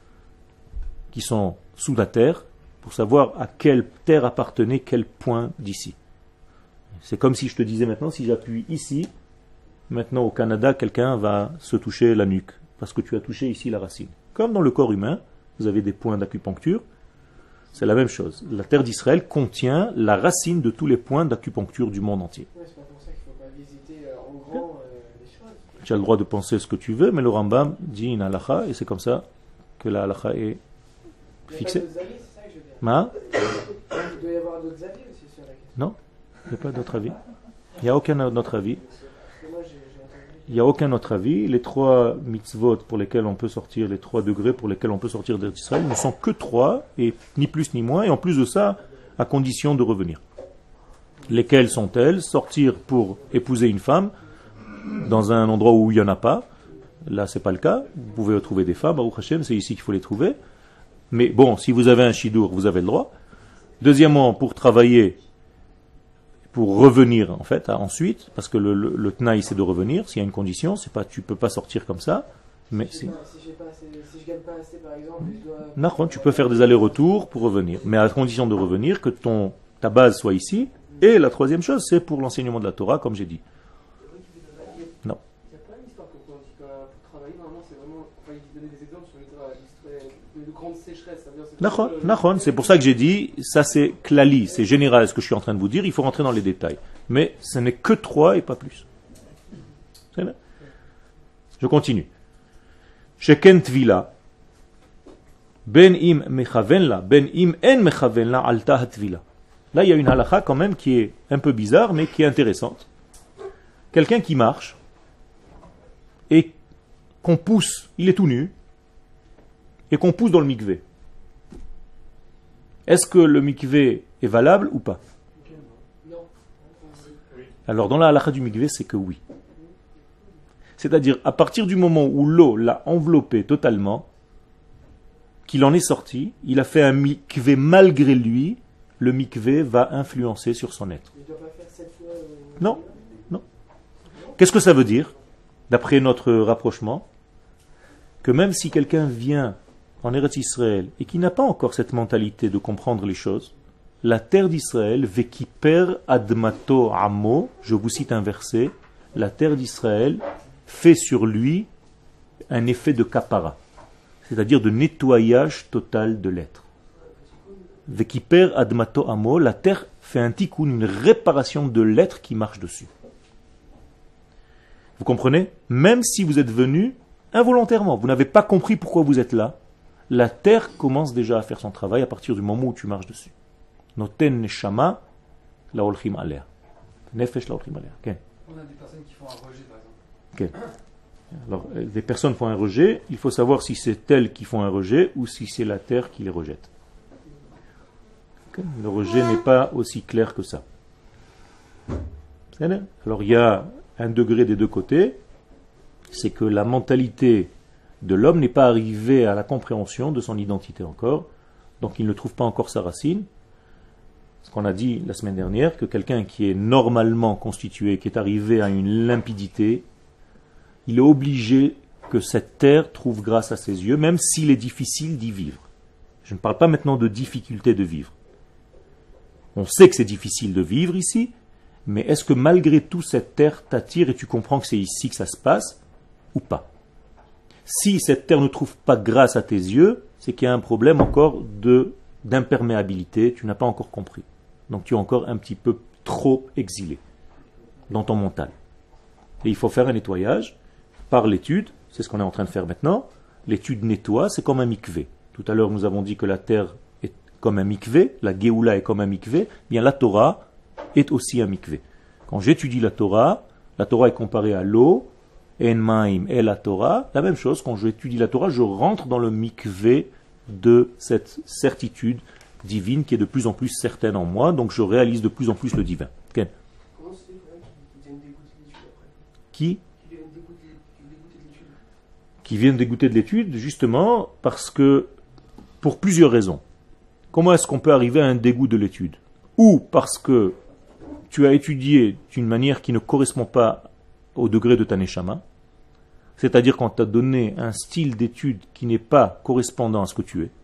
qui sont sous la terre, pour savoir à quelle terre appartenait quel point d'ici. C'est comme si je te disais maintenant, si j'appuie ici, maintenant au Canada, quelqu'un va se toucher la nuque, parce que tu as touché ici la racine. Comme dans le corps humain, vous avez des points d'acupuncture, c'est la même chose. La terre d'Israël contient la racine de tous les points d'acupuncture du monde entier. Ouais, c'est pas pour ça qu'il ne faut pas visiter euh, en grand euh, les choses. Tu as le droit de penser ce que tu veux, mais le Rambam dit une halakha, et c'est comme ça que la halakha est fixée. Il n'y a pas d'autres avis, c'est ça que je veux dire. Ma Il doit y avoir d'autres avis aussi sur la question. Non, il n'y a pas d'autre avis. Il n'y a aucun autre avis. Moi, j'ai, j'ai entendu... Il n'y a aucun autre avis. Les trois mitzvot pour lesquels on peut sortir, les trois degrés pour lesquels on peut sortir d'Israël ne sont que trois, et ni plus ni moins, et en plus de ça, à condition de revenir. Lesquelles sont-elles? Sortir pour épouser une femme dans un endroit où il n'y en a pas. Là, c'est pas le cas. Vous pouvez trouver des femmes, Baruch Hashem, c'est ici qu'il faut les trouver. Mais bon, si vous avez un shidour, vous avez le droit. Deuxièmement, pour travailler, pour revenir en fait, ensuite, parce que le, le, le tnaï c'est de revenir, s'il y a une condition, c'est pas, tu peux pas sortir comme ça. Mais si, si, pas, si, j'ai pas assez, si je gagne pas assez par exemple, je dois... non, tu peux faire des allers-retours pour revenir, mais à condition de revenir que ton ta base soit ici. Et la troisième chose, c'est pour l'enseignement de la Torah, comme j'ai dit. Non. Il n'y a pas une histoire pour, pour travailler, normalement, c'est vraiment. Enfin, il donnait des exemples sur les de grandes sécheresses. Nachon, nachon, c'est pour ça que j'ai dit, ça c'est klali, c'est général ce que je suis en train de vous dire, il faut rentrer dans les détails. Mais ce n'est que trois et pas plus. C'est là. Je continue. Sheken tvila, ben im mechaven la, ben im en mechaven la, alta hatvila. Là, il y a une halakha quand même qui est un peu bizarre, mais qui est intéressante. Quelqu'un qui marche et qu'on pousse, il est tout nu, et qu'on pousse dans le mikvé. Est-ce que le mikvé est valable ou pas? Alors, dans la halakha du mikvé, c'est que oui. C'est-à-dire, à partir du moment où l'eau l'a enveloppé totalement, qu'il en est sorti, il a fait un mikvé malgré lui, le mikvé va influencer sur son être. Il ne doit pas faire sept fois. Euh... Non, non. Qu'est-ce que ça veut dire, d'après notre rapprochement? Que même si quelqu'un vient en Eretz Israël et qui n'a pas encore cette mentalité de comprendre les choses, la terre d'Israël, Vekiper admato amo, je vous cite un verset, la terre d'Israël fait sur lui un effet de kapara, c'est-à-dire de nettoyage total de l'être. Vekiper admato amo, la terre fait un tikkun, une réparation de l'être qui marche dessus. Vous comprenez? Même si vous êtes venu involontairement, vous n'avez pas compris pourquoi vous êtes là, la terre commence déjà à faire son travail à partir du moment où tu marches dessus. Noten neshama la olchim alea. Nefesh la olchim alea. Okay. On a des personnes qui font un rejet, par exemple. Okay. Alors, des personnes font un rejet, il faut savoir si c'est elles qui font un rejet ou si c'est la terre qui les rejette. Okay. Le rejet n'est pas aussi clair que ça. Alors, il y a un degré des deux côtés, c'est que la mentalité de l'homme n'est pas arrivée à la compréhension de son identité encore, donc il ne trouve pas encore sa racine. Ce qu'on a dit la semaine dernière, que quelqu'un qui est normalement constitué, qui est arrivé à une limpidité, il est obligé que cette terre trouve grâce à ses yeux, même s'il est difficile d'y vivre. Je ne parle pas maintenant de difficulté de vivre. On sait que c'est difficile de vivre ici, mais est-ce que malgré tout cette terre t'attire et tu comprends que c'est ici que ça se passe ou pas? Si cette terre ne trouve pas grâce à tes yeux, c'est qu'il y a un problème encore de, d'imperméabilité, tu n'as pas encore compris. Donc tu es encore un petit peu trop exilé dans ton mental. Et il faut faire un nettoyage par l'étude, c'est ce qu'on est en train de faire maintenant. L'étude nettoie, c'est comme un mikvé. Tout à l'heure nous avons dit que la terre est comme un mikvé, la Géoula est comme un mikvé, bien la Torah est aussi un mikvé. Quand j'étudie la Torah, la Torah est comparée à l'eau, En Maim et la Torah, la même chose, quand j'étudie la Torah, je rentre dans le mikvé de cette certitude divine qui est de plus en plus certaine en moi, donc je réalise de plus en plus le divin. Okay. Comment c'est qui viennent dégoûter de l'étude après? Qui Qui viennent dégoûter, dégoûter de l'étude? Qui viennent dégoûter de l'étude, justement, parce que, pour plusieurs raisons. Comment est-ce qu'on peut arriver à un dégoût de l'étude? Ou parce que tu as étudié d'une manière qui ne correspond pas au degré de ta neshama, c'est-à-dire qu'on t'a donné un style d'étude qui n'est pas correspondant à ce que tu es.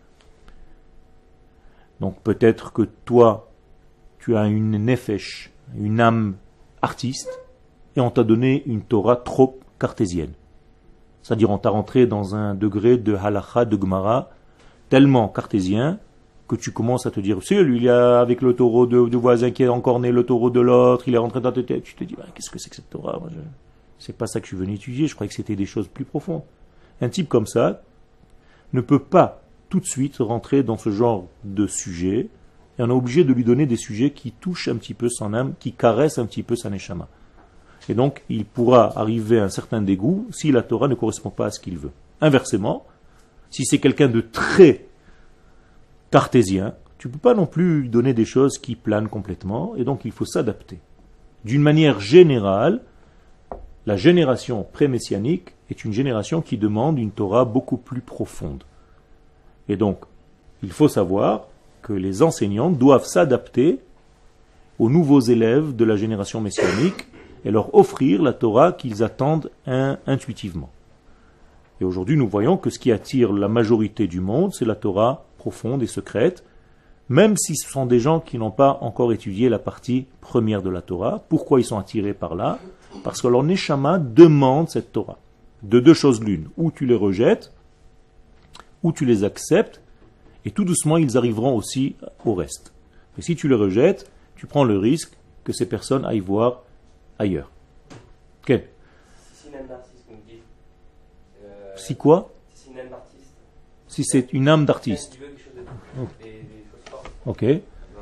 Donc peut-être que toi, tu as une nefesh, une âme artiste, et on t'a donné une Torah trop cartésienne. C'est-à-dire on t'a rentré dans un degré de halakha, de gemara, tellement cartésien, que tu commences à te dire, si lui, il y a avec le taureau de, du voisin qui est encore né, le taureau de l'autre, il est rentré dans ta tête, tu te dis, bah, qu'est-ce que c'est que cette Torah? Moi, je... C'est pas ça que je suis venu étudier, je croyais que c'était des choses plus profondes. Un type comme ça ne peut pas tout de suite rentrer dans ce genre de sujet, et on est obligé de lui donner des sujets qui touchent un petit peu son âme, qui caressent un petit peu sa neshama. Et donc, il pourra arriver à un certain dégoût si la Torah ne correspond pas à ce qu'il veut. Inversement, si c'est quelqu'un de très cartésien, tu ne peux pas non plus lui donner des choses qui planent complètement, et donc il faut s'adapter. D'une manière générale, la génération pré-messianique est une génération qui demande une Torah beaucoup plus profonde. Et donc, il faut savoir que les enseignants doivent s'adapter aux nouveaux élèves de la génération messianique et leur offrir la Torah qu'ils attendent in- intuitivement. Et aujourd'hui, nous voyons que ce qui attire la majorité du monde, c'est la Torah profonde et secrète, même si ce sont des gens qui n'ont pas encore étudié la partie première de la Torah. Pourquoi ils sont attirés par là? Parce que leur Neshama demande cette Torah. De deux choses l'une, ou tu les rejettes, ou tu les acceptes, et tout doucement ils arriveront aussi au reste. Et si tu les rejettes, tu prends le risque que ces personnes aillent voir ailleurs. Ok. Si c'est une âme d'artiste, comme dit. Euh, si quoi? Si c'est une âme d'artiste. Si c'est une âme d'artiste. Qui veut quelque chose de Oh. des, des choses fortes. Ok. Ben,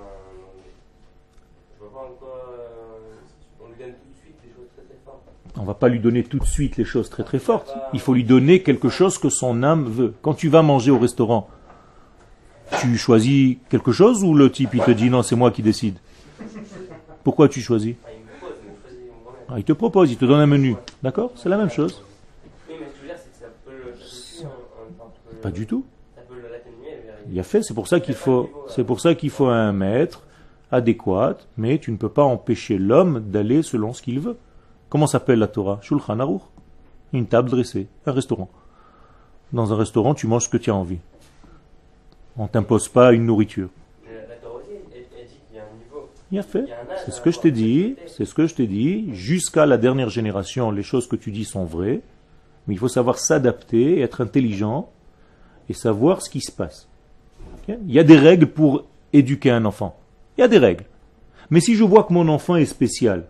je vois pas en quoi euh, on lui donne tout de suite des choses très très fortes. On ne va pas lui donner tout de suite les choses très très fortes. Il faut lui donner quelque chose que son âme veut. Quand tu vas manger au restaurant, tu choisis quelque chose ou le type il te dit non, c'est moi qui décide? Pourquoi tu choisis? Ah, il me propose, mais je choisis moi-même. Ah, il te propose, il te donne un menu. D'accord? C'est la même chose. Oui, mais ce que je veux dire, c'est que ça peut le faire aussi. Pas du tout. Ça peut l'atténuer. Il y a fait, c'est pour ça qu'il faut, c'est pour ça qu'il faut un maître adéquat, mais tu ne peux pas empêcher l'homme d'aller selon ce qu'il veut. Comment s'appelle la Torah? Shulchan Aruch. Une table dressée, un restaurant. Dans un restaurant, tu manges ce que tu as envie. On t'impose pas une nourriture. Mais la Torah aussi, elle, elle dit qu'il y a un niveau. Il y a fait. Il y a un âge, C'est ce un que je t'ai rapport dit. d'accepter. C'est ce que je t'ai dit. Jusqu'à la dernière génération, les choses que tu dis sont vraies. Mais il faut savoir s'adapter, être intelligent et savoir ce qui se passe. Ok? Il y a des règles pour éduquer un enfant. Il y a des règles. Mais si je vois que mon enfant est spécial,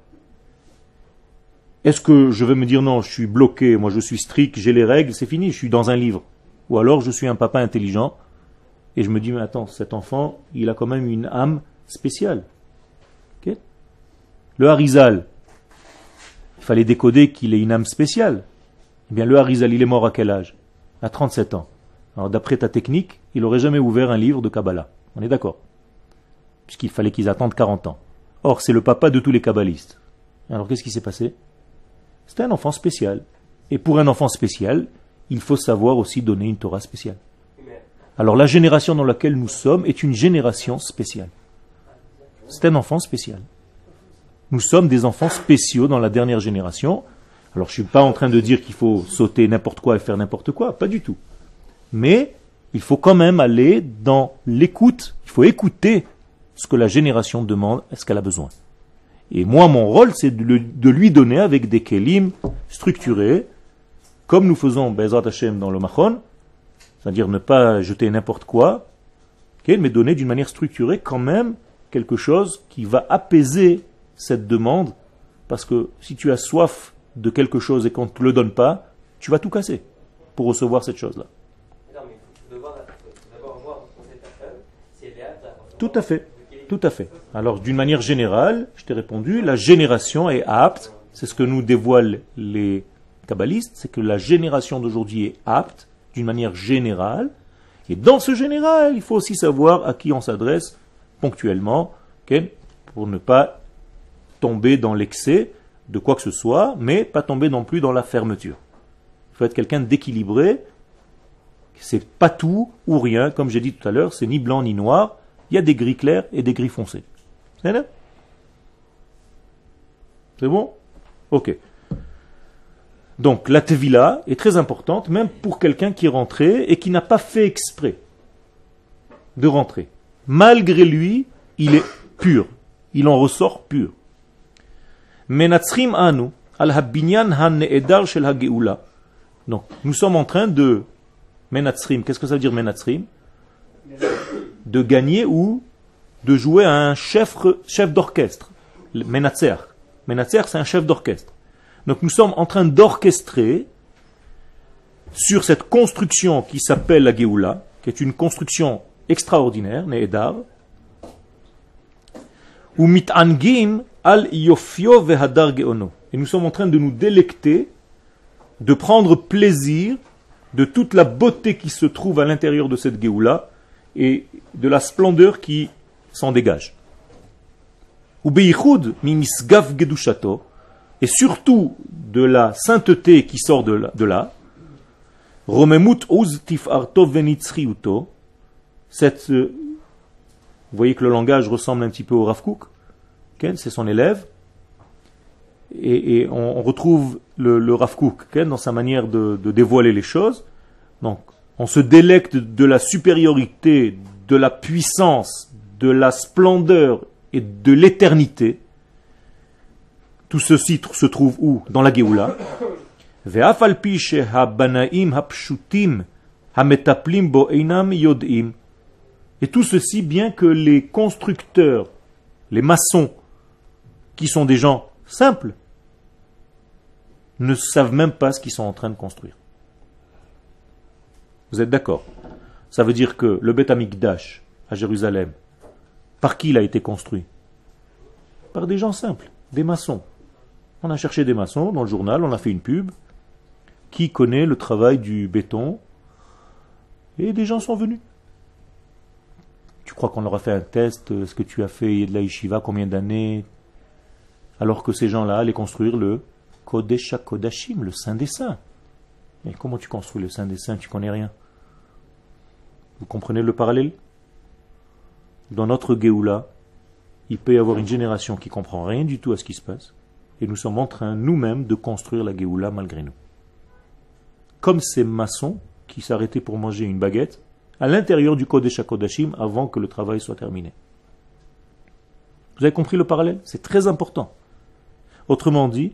est-ce que je vais me dire non, je suis bloqué, moi je suis strict, j'ai les règles, c'est fini, je suis dans un livre. Ou alors je suis un papa intelligent et je me dis mais attends, cet enfant, il a quand même une âme spéciale. Ok? Le Harizal, il fallait décoder qu'il ait une âme spéciale. Eh bien le Harizal, il est mort à quel âge? À trente-sept ans. Alors d'après ta technique, il n'aurait jamais ouvert un livre de Kabbalah. On est d'accord? Puisqu'il fallait qu'ils attendent quarante ans. Or, c'est le papa de tous les kabbalistes. Alors qu'est-ce qui s'est passé? C'était un enfant spécial. Et pour un enfant spécial, il faut savoir aussi donner une Torah spéciale. Alors la génération dans laquelle nous sommes est une génération spéciale. C'est un enfant spécial. Nous sommes des enfants spéciaux dans la dernière génération. Alors je ne suis pas en train de dire qu'il faut sauter n'importe quoi et faire n'importe quoi, pas du tout. Mais il faut quand même aller dans l'écoute, il faut écouter ce que la génération demande, est-ce qu'elle a besoin. Et moi, mon rôle, c'est de, le- de lui donner avec des kelim structurés, comme nous faisons Bezrat Hashem dans le Machon, c'est-à-dire ne pas jeter n'importe quoi, ok, mais donner d'une manière structurée quand même quelque chose qui va apaiser cette demande, parce que si tu as soif de quelque chose et qu'on ne te le donne pas, tu vas tout casser pour recevoir cette chose-là. Non, mais il faut d'abord, faut d'abord voir pour cette personne si elle est apte à recevoir. Tout à fait. Ok. Tout à fait. Alors, d'une manière générale, je t'ai répondu, la génération est apte, c'est ce que nous dévoilent les kabbalistes, c'est que la génération d'aujourd'hui est apte, d'une manière générale, et dans ce général, il faut aussi savoir à qui on s'adresse ponctuellement, ok, pour ne pas tomber dans l'excès de quoi que ce soit, mais pas tomber non plus dans la fermeture. Il faut être quelqu'un d'équilibré, c'est pas tout ou rien, comme j'ai dit tout à l'heure, c'est ni blanc ni noir, il y a des gris clairs et des gris foncés. C'est là? C'est bon? Ok. Donc la tevila est très importante, même pour quelqu'un qui est rentré et qui n'a pas fait exprès de rentrer. Malgré lui, il est pur. Il en ressort pur. Menatzrim anu al habinyan han-ne'edar shel ha-geula. Donc, nous sommes en train de menatzrim. Qu'est-ce que ça veut dire menatzrim? De gagner ou de jouer à un chef, chef d'orchestre. Le Menatzer. Menatzer, c'est un chef d'orchestre. Donc nous sommes en train d'orchestrer sur cette construction qui s'appelle la Géoula, qui est une construction extraordinaire, Ne'edar, ou mit'angim al yofio vehadar geono. Et nous sommes en train de nous délecter, de prendre plaisir de toute la beauté qui se trouve à l'intérieur de cette Géoula et de la splendeur qui s'en dégage. Ou beichud mi misgav gedushato, et surtout de la sainteté qui sort de là, de là. Romemut oz tifarto venitzriuto, cette, euh, vous voyez que le langage ressemble un petit peu au Rav Kook, okay, c'est son élève, et, et on, on retrouve le, le Rav Kook okay, dans sa manière de, de dévoiler les choses. Donc, on se délecte de la supériorité, de la puissance de la splendeur et de l'éternité. Tout ceci se trouve où? Dans la Géoula. Et tout ceci bien que les constructeurs, les maçons, qui sont des gens simples, ne savent même pas ce qu'ils sont en train de construire. Vous êtes d'accord? Ça veut dire que le Beth Amikdash à Jérusalem, par qui il a été construit? Par des gens simples, des maçons. On a cherché des maçons dans le journal, on a fait une pub. Qui connaît le travail du béton? Et des gens sont venus. Tu crois qu'on leur a fait un test? Est-ce que tu as fait de la yeshiva combien d'années? Alors que ces gens-là allaient construire le Kodesh HaKodashim, le Saint des Saints. Mais comment tu construis le Saint des Saints? Tu connais rien. Vous comprenez le parallèle? Dans notre Géoula, il peut y avoir une génération qui ne comprend rien du tout à ce qui se passe. Et nous sommes en train, nous-mêmes, de construire la Géoula malgré nous. Comme ces maçons qui s'arrêtaient pour manger une baguette à l'intérieur du Kodesh HaKodashim avant que le travail soit terminé. Vous avez compris le parallèle? C'est très important. Autrement dit,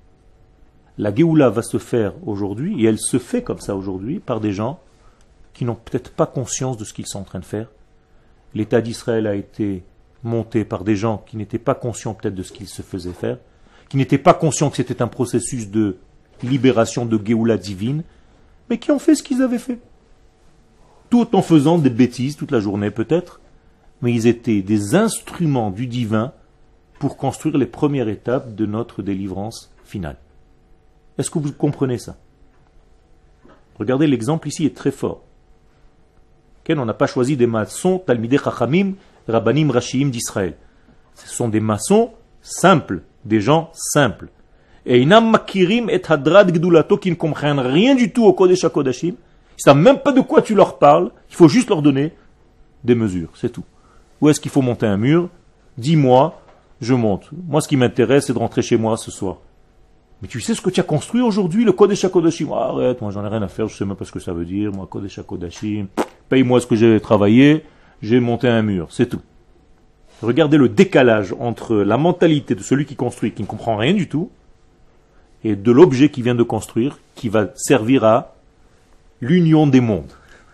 la Géoula va se faire aujourd'hui, et elle se fait comme ça aujourd'hui, par des gens qui n'ont peut-être pas conscience de ce qu'ils sont en train de faire. L'État d'Israël a été monté par des gens qui n'étaient pas conscients peut-être de ce qu'ils se faisaient faire, qui n'étaient pas conscients que c'était un processus de libération de Géoula divine, mais qui ont fait ce qu'ils avaient fait. Tout en faisant des bêtises toute la journée peut-être, mais ils étaient des instruments du divin pour construire les premières étapes de notre délivrance finale. Est-ce que vous comprenez ça? Regardez, l'exemple ici est très fort. Okay, on n'a pas choisi des maçons Talmidei Chachamim, Rabbanim Rashiim d'Israël. Ce sont des maçons simples, des gens simples. Et Inam Makirim et Hadrad Gdulato qui ne comprennent rien du tout au Kodesh HaKodashim. Ils ne savent même pas de quoi tu leur parles. Il faut juste leur donner des mesures, c'est tout. Où est-ce qu'il faut monter un mur? Dis-moi, je monte. Moi, ce qui m'intéresse, c'est de rentrer chez moi ce soir. Mais tu sais ce que tu as construit aujourd'hui, le Kodesh HaKodashim? Ah, arrête, moi j'en ai rien à faire, je ne sais même pas ce que ça veut dire. Moi, Kodesh HaKodashim, paye-moi ce que j'ai travaillé, j'ai monté un mur, c'est tout. Regardez le décalage entre la mentalité de celui qui construit, qui ne comprend rien du tout, et de l'objet qui vient de construire, qui va servir à l'union des mondes.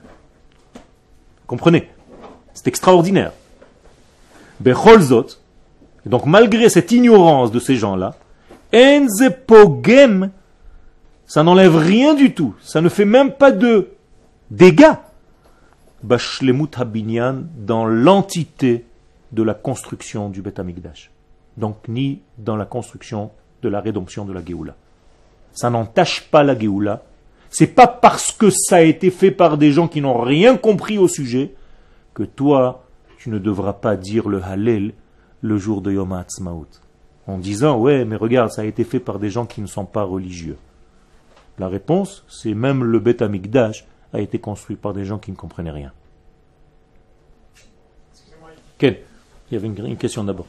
Comprenez? C'est extraordinaire. Becholzot, donc malgré cette ignorance de ces gens-là, Enze pogem, ça n'enlève rien du tout, ça ne fait même pas de dégâts. Bashlemut habinyan, dans l'entité de la construction du Beth Amikdash. Donc ni dans la construction de la rédemption de la Géoula. Ça n'entache pas la Géoula. C'est pas parce que ça a été fait par des gens qui n'ont rien compris au sujet que toi, tu ne devras pas dire le Hallel le jour de Yom HaAtzmaut. En disant, ouais, mais regarde, ça a été fait par des gens qui ne sont pas religieux. La réponse, c'est même le Beth Amikdash a été construit par des gens qui ne comprenaient rien. Ken, il y avait une, une question d'abord.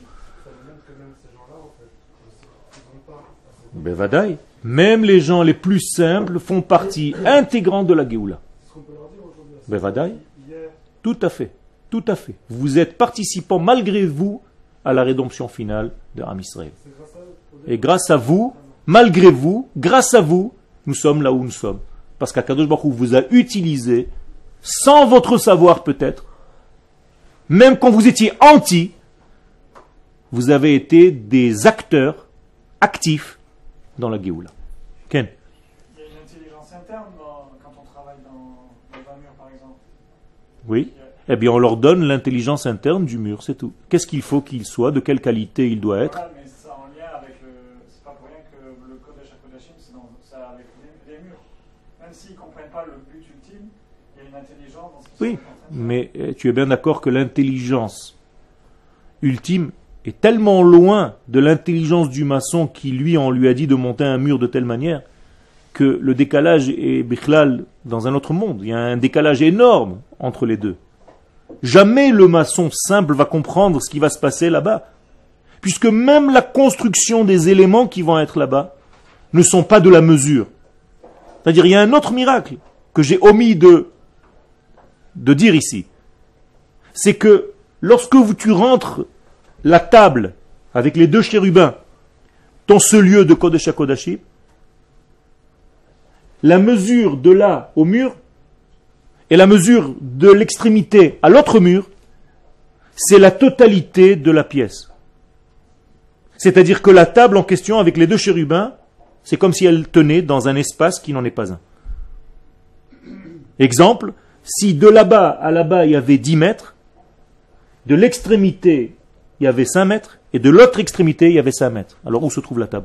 Bevadaï. Même les gens les plus simples font partie intégrante de la Géoula. Bevadaï. Tout à fait. Tout à fait. Vous êtes participants malgré vous à la rédemption finale de Am Israël. Et grâce à vous, malgré vous, grâce à vous, nous sommes là où nous sommes. Parce qu'Akadosh Baruch Hu vous a utilisé, sans votre savoir peut-être, même quand vous étiez anti, vous avez été des acteurs actifs dans la Géoula. Ken? Il y a une intelligence interne dans, quand on travaille dans, dans un mur, par exemple. Oui. Eh bien, on leur donne l'intelligence interne du mur, c'est tout. Qu'est-ce qu'il faut qu'il soit, de quelle qualité il doit être? Voilà, mais ça en lien avec le... C'est pas pour rien que le Kodesh HaKodashim, c'est dans, ça avec les, les murs. Même s'ils ne comprennent pas le but ultime, il y a une intelligence dans ce qu'ils Oui, sont en train de mais euh, tu es bien d'accord que l'intelligence ultime est tellement loin de l'intelligence du maçon qui, lui, on lui a dit de monter un mur de telle manière que le décalage est bichlal dans un autre monde. Il y a un décalage énorme entre les deux. Jamais le maçon simple va comprendre ce qui va se passer là-bas, puisque même la construction des éléments qui vont être là-bas ne sont pas de la mesure. C'est-à-dire, il y a un autre miracle que j'ai omis de, de dire ici. C'est que lorsque vous, tu rentres la table avec les deux chérubins dans ce lieu de Kodesh HaKodashim, la mesure de là au mur et la mesure de l'extrémité à l'autre mur, c'est la totalité de la pièce. C'est-à-dire que la table en question avec les deux chérubins, c'est comme si elle tenait dans un espace qui n'en est pas un. Exemple, si de là-bas à là-bas il y avait dix mètres, de l'extrémité il y avait cinq mètres, et de l'autre extrémité il y avait cinq mètres. Alors où se trouve la table?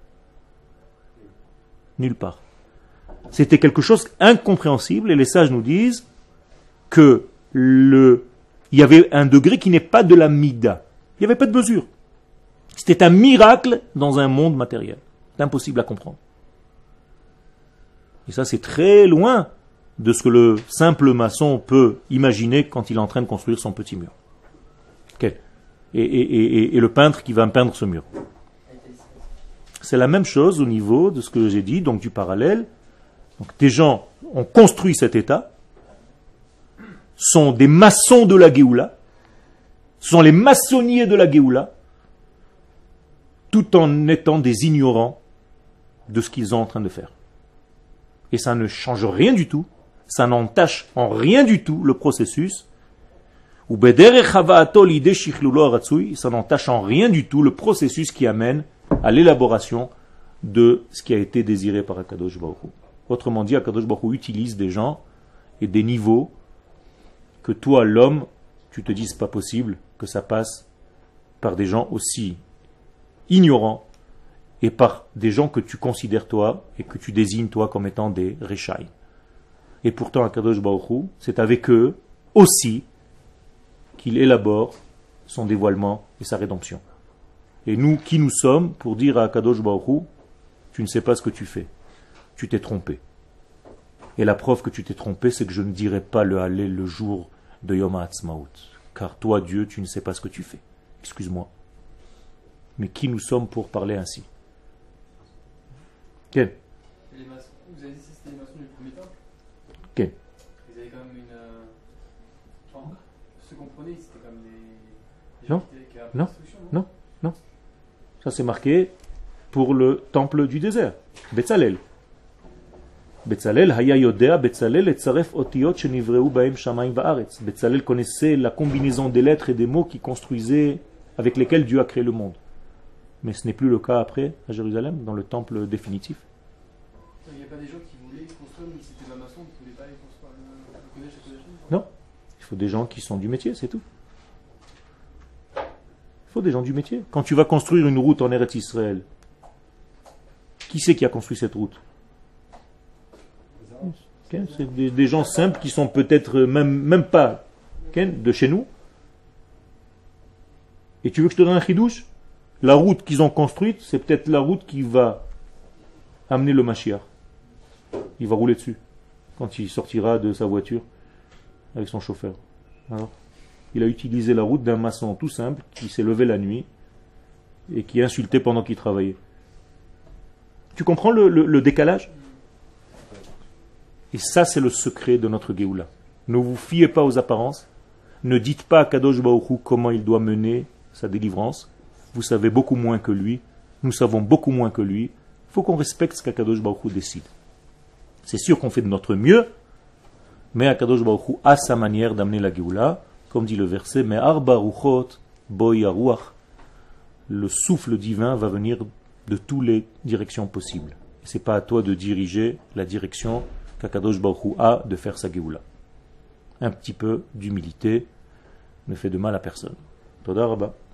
Nulle part. C'était quelque chose d'incompréhensible, et les sages nous disent que le, il y avait un degré qui n'est pas de la mida. Il n'y avait pas de mesure. C'était un miracle dans un monde matériel. C'est impossible à comprendre. Et ça, c'est très loin de ce que le simple maçon peut imaginer quand il est en train de construire son petit mur. Okay. Et, et, et, et le peintre qui va peindre ce mur. C'est la même chose au niveau de ce que j'ai dit, donc du parallèle. Donc, des gens ont construit cet état, sont des maçons de la Géoula, sont les maçonniers de la Géoula, tout en étant des ignorants de ce qu'ils sont en train de faire. Et ça ne change rien du tout, ça n'entache en rien du tout le processus, ou ça n'entache en rien du tout le processus qui amène à l'élaboration de ce qui a été désiré par Akadosh Baruch Hu. Autrement dit, Akadosh Baruch Hu utilise des gens et des niveaux que toi, l'homme, tu te dis c'est pas possible que ça passe par des gens aussi ignorants et par des gens que tu considères toi et que tu désignes toi comme étant des Réchaï. Et pourtant, Akadosh Baruch Hu, c'est avec eux aussi qu'il élabore son dévoilement et sa rédemption. Et nous, qui nous sommes pour dire à Akadosh Baruch Hu, tu ne sais pas ce que tu fais, tu t'es trompé. Et la preuve que tu t'es trompé, c'est que je ne dirai pas le Hallel le jour de Yom HaAtzmaut. Car toi, Dieu, tu ne sais pas ce que tu fais. Excuse-moi. Mais qui nous sommes pour parler ainsi? Quel? Les maçons, vous avez dit que c'était les maçons du premier temple? Quel? Ils avaient quand même une. Euh... Enfin, ceux qu'on prenait, c'était comme des. des Non. gens qui étaient- qui avaient Non. l'instruction, Non. Non. Ça, c'est marqué pour le temple du désert. Betzalel. Betzalel, Haya Yodea, Betzalel, et Tzaref Otiyot, Shenivreu Baem Shamayim Baaretz. Betzalel connaissait la combinaison des lettres et des mots qui construisaient, avec lesquels Dieu a créé le monde. Mais ce n'est plus le cas après, à Jérusalem, dans le temple définitif. Il n'y a pas des gens qui voulaient construire, mais c'était la maçon qui ne voulait pas aller construire le, le Kodesh HaKodashim? Non. Il faut des gens qui sont du métier, c'est tout. Il faut des gens du métier. Quand tu vas construire une route en Eretz Israël, qui c'est qui a construit cette route? Okay, c'est des, des gens simples qui sont peut-être même, même pas okay, de chez nous. Et tu veux que je te donne un chidouche? La route qu'ils ont construite, c'est peut-être la route qui va amener le Mashiach. Il va rouler dessus quand il sortira de sa voiture avec son chauffeur. Alors, il a utilisé la route d'un maçon tout simple qui s'est levé la nuit et qui insultait pendant qu'il travaillait. Tu comprends le, le, le décalage? Et ça, c'est le secret de notre Géoula. Ne vous fiez pas aux apparences. Ne dites pas à Kadosh Baruch Hu comment il doit mener sa délivrance. Vous savez beaucoup moins que lui. Nous savons beaucoup moins que lui. Il faut qu'on respecte ce qu'Akadosh Baruch Hu décide. C'est sûr qu'on fait de notre mieux, mais Akadosh Baruch Hu a sa manière d'amener la Géoula. Comme dit le verset, mais Arba Ruchot Boy Aruach. Le souffle divin va venir de toutes les directions possibles. Ce n'est pas à toi de diriger la direction qu'Akadosh Baruch Hu a de faire sa Géoula. Un petit peu d'humilité ne fait de mal à personne. Toda Rabba.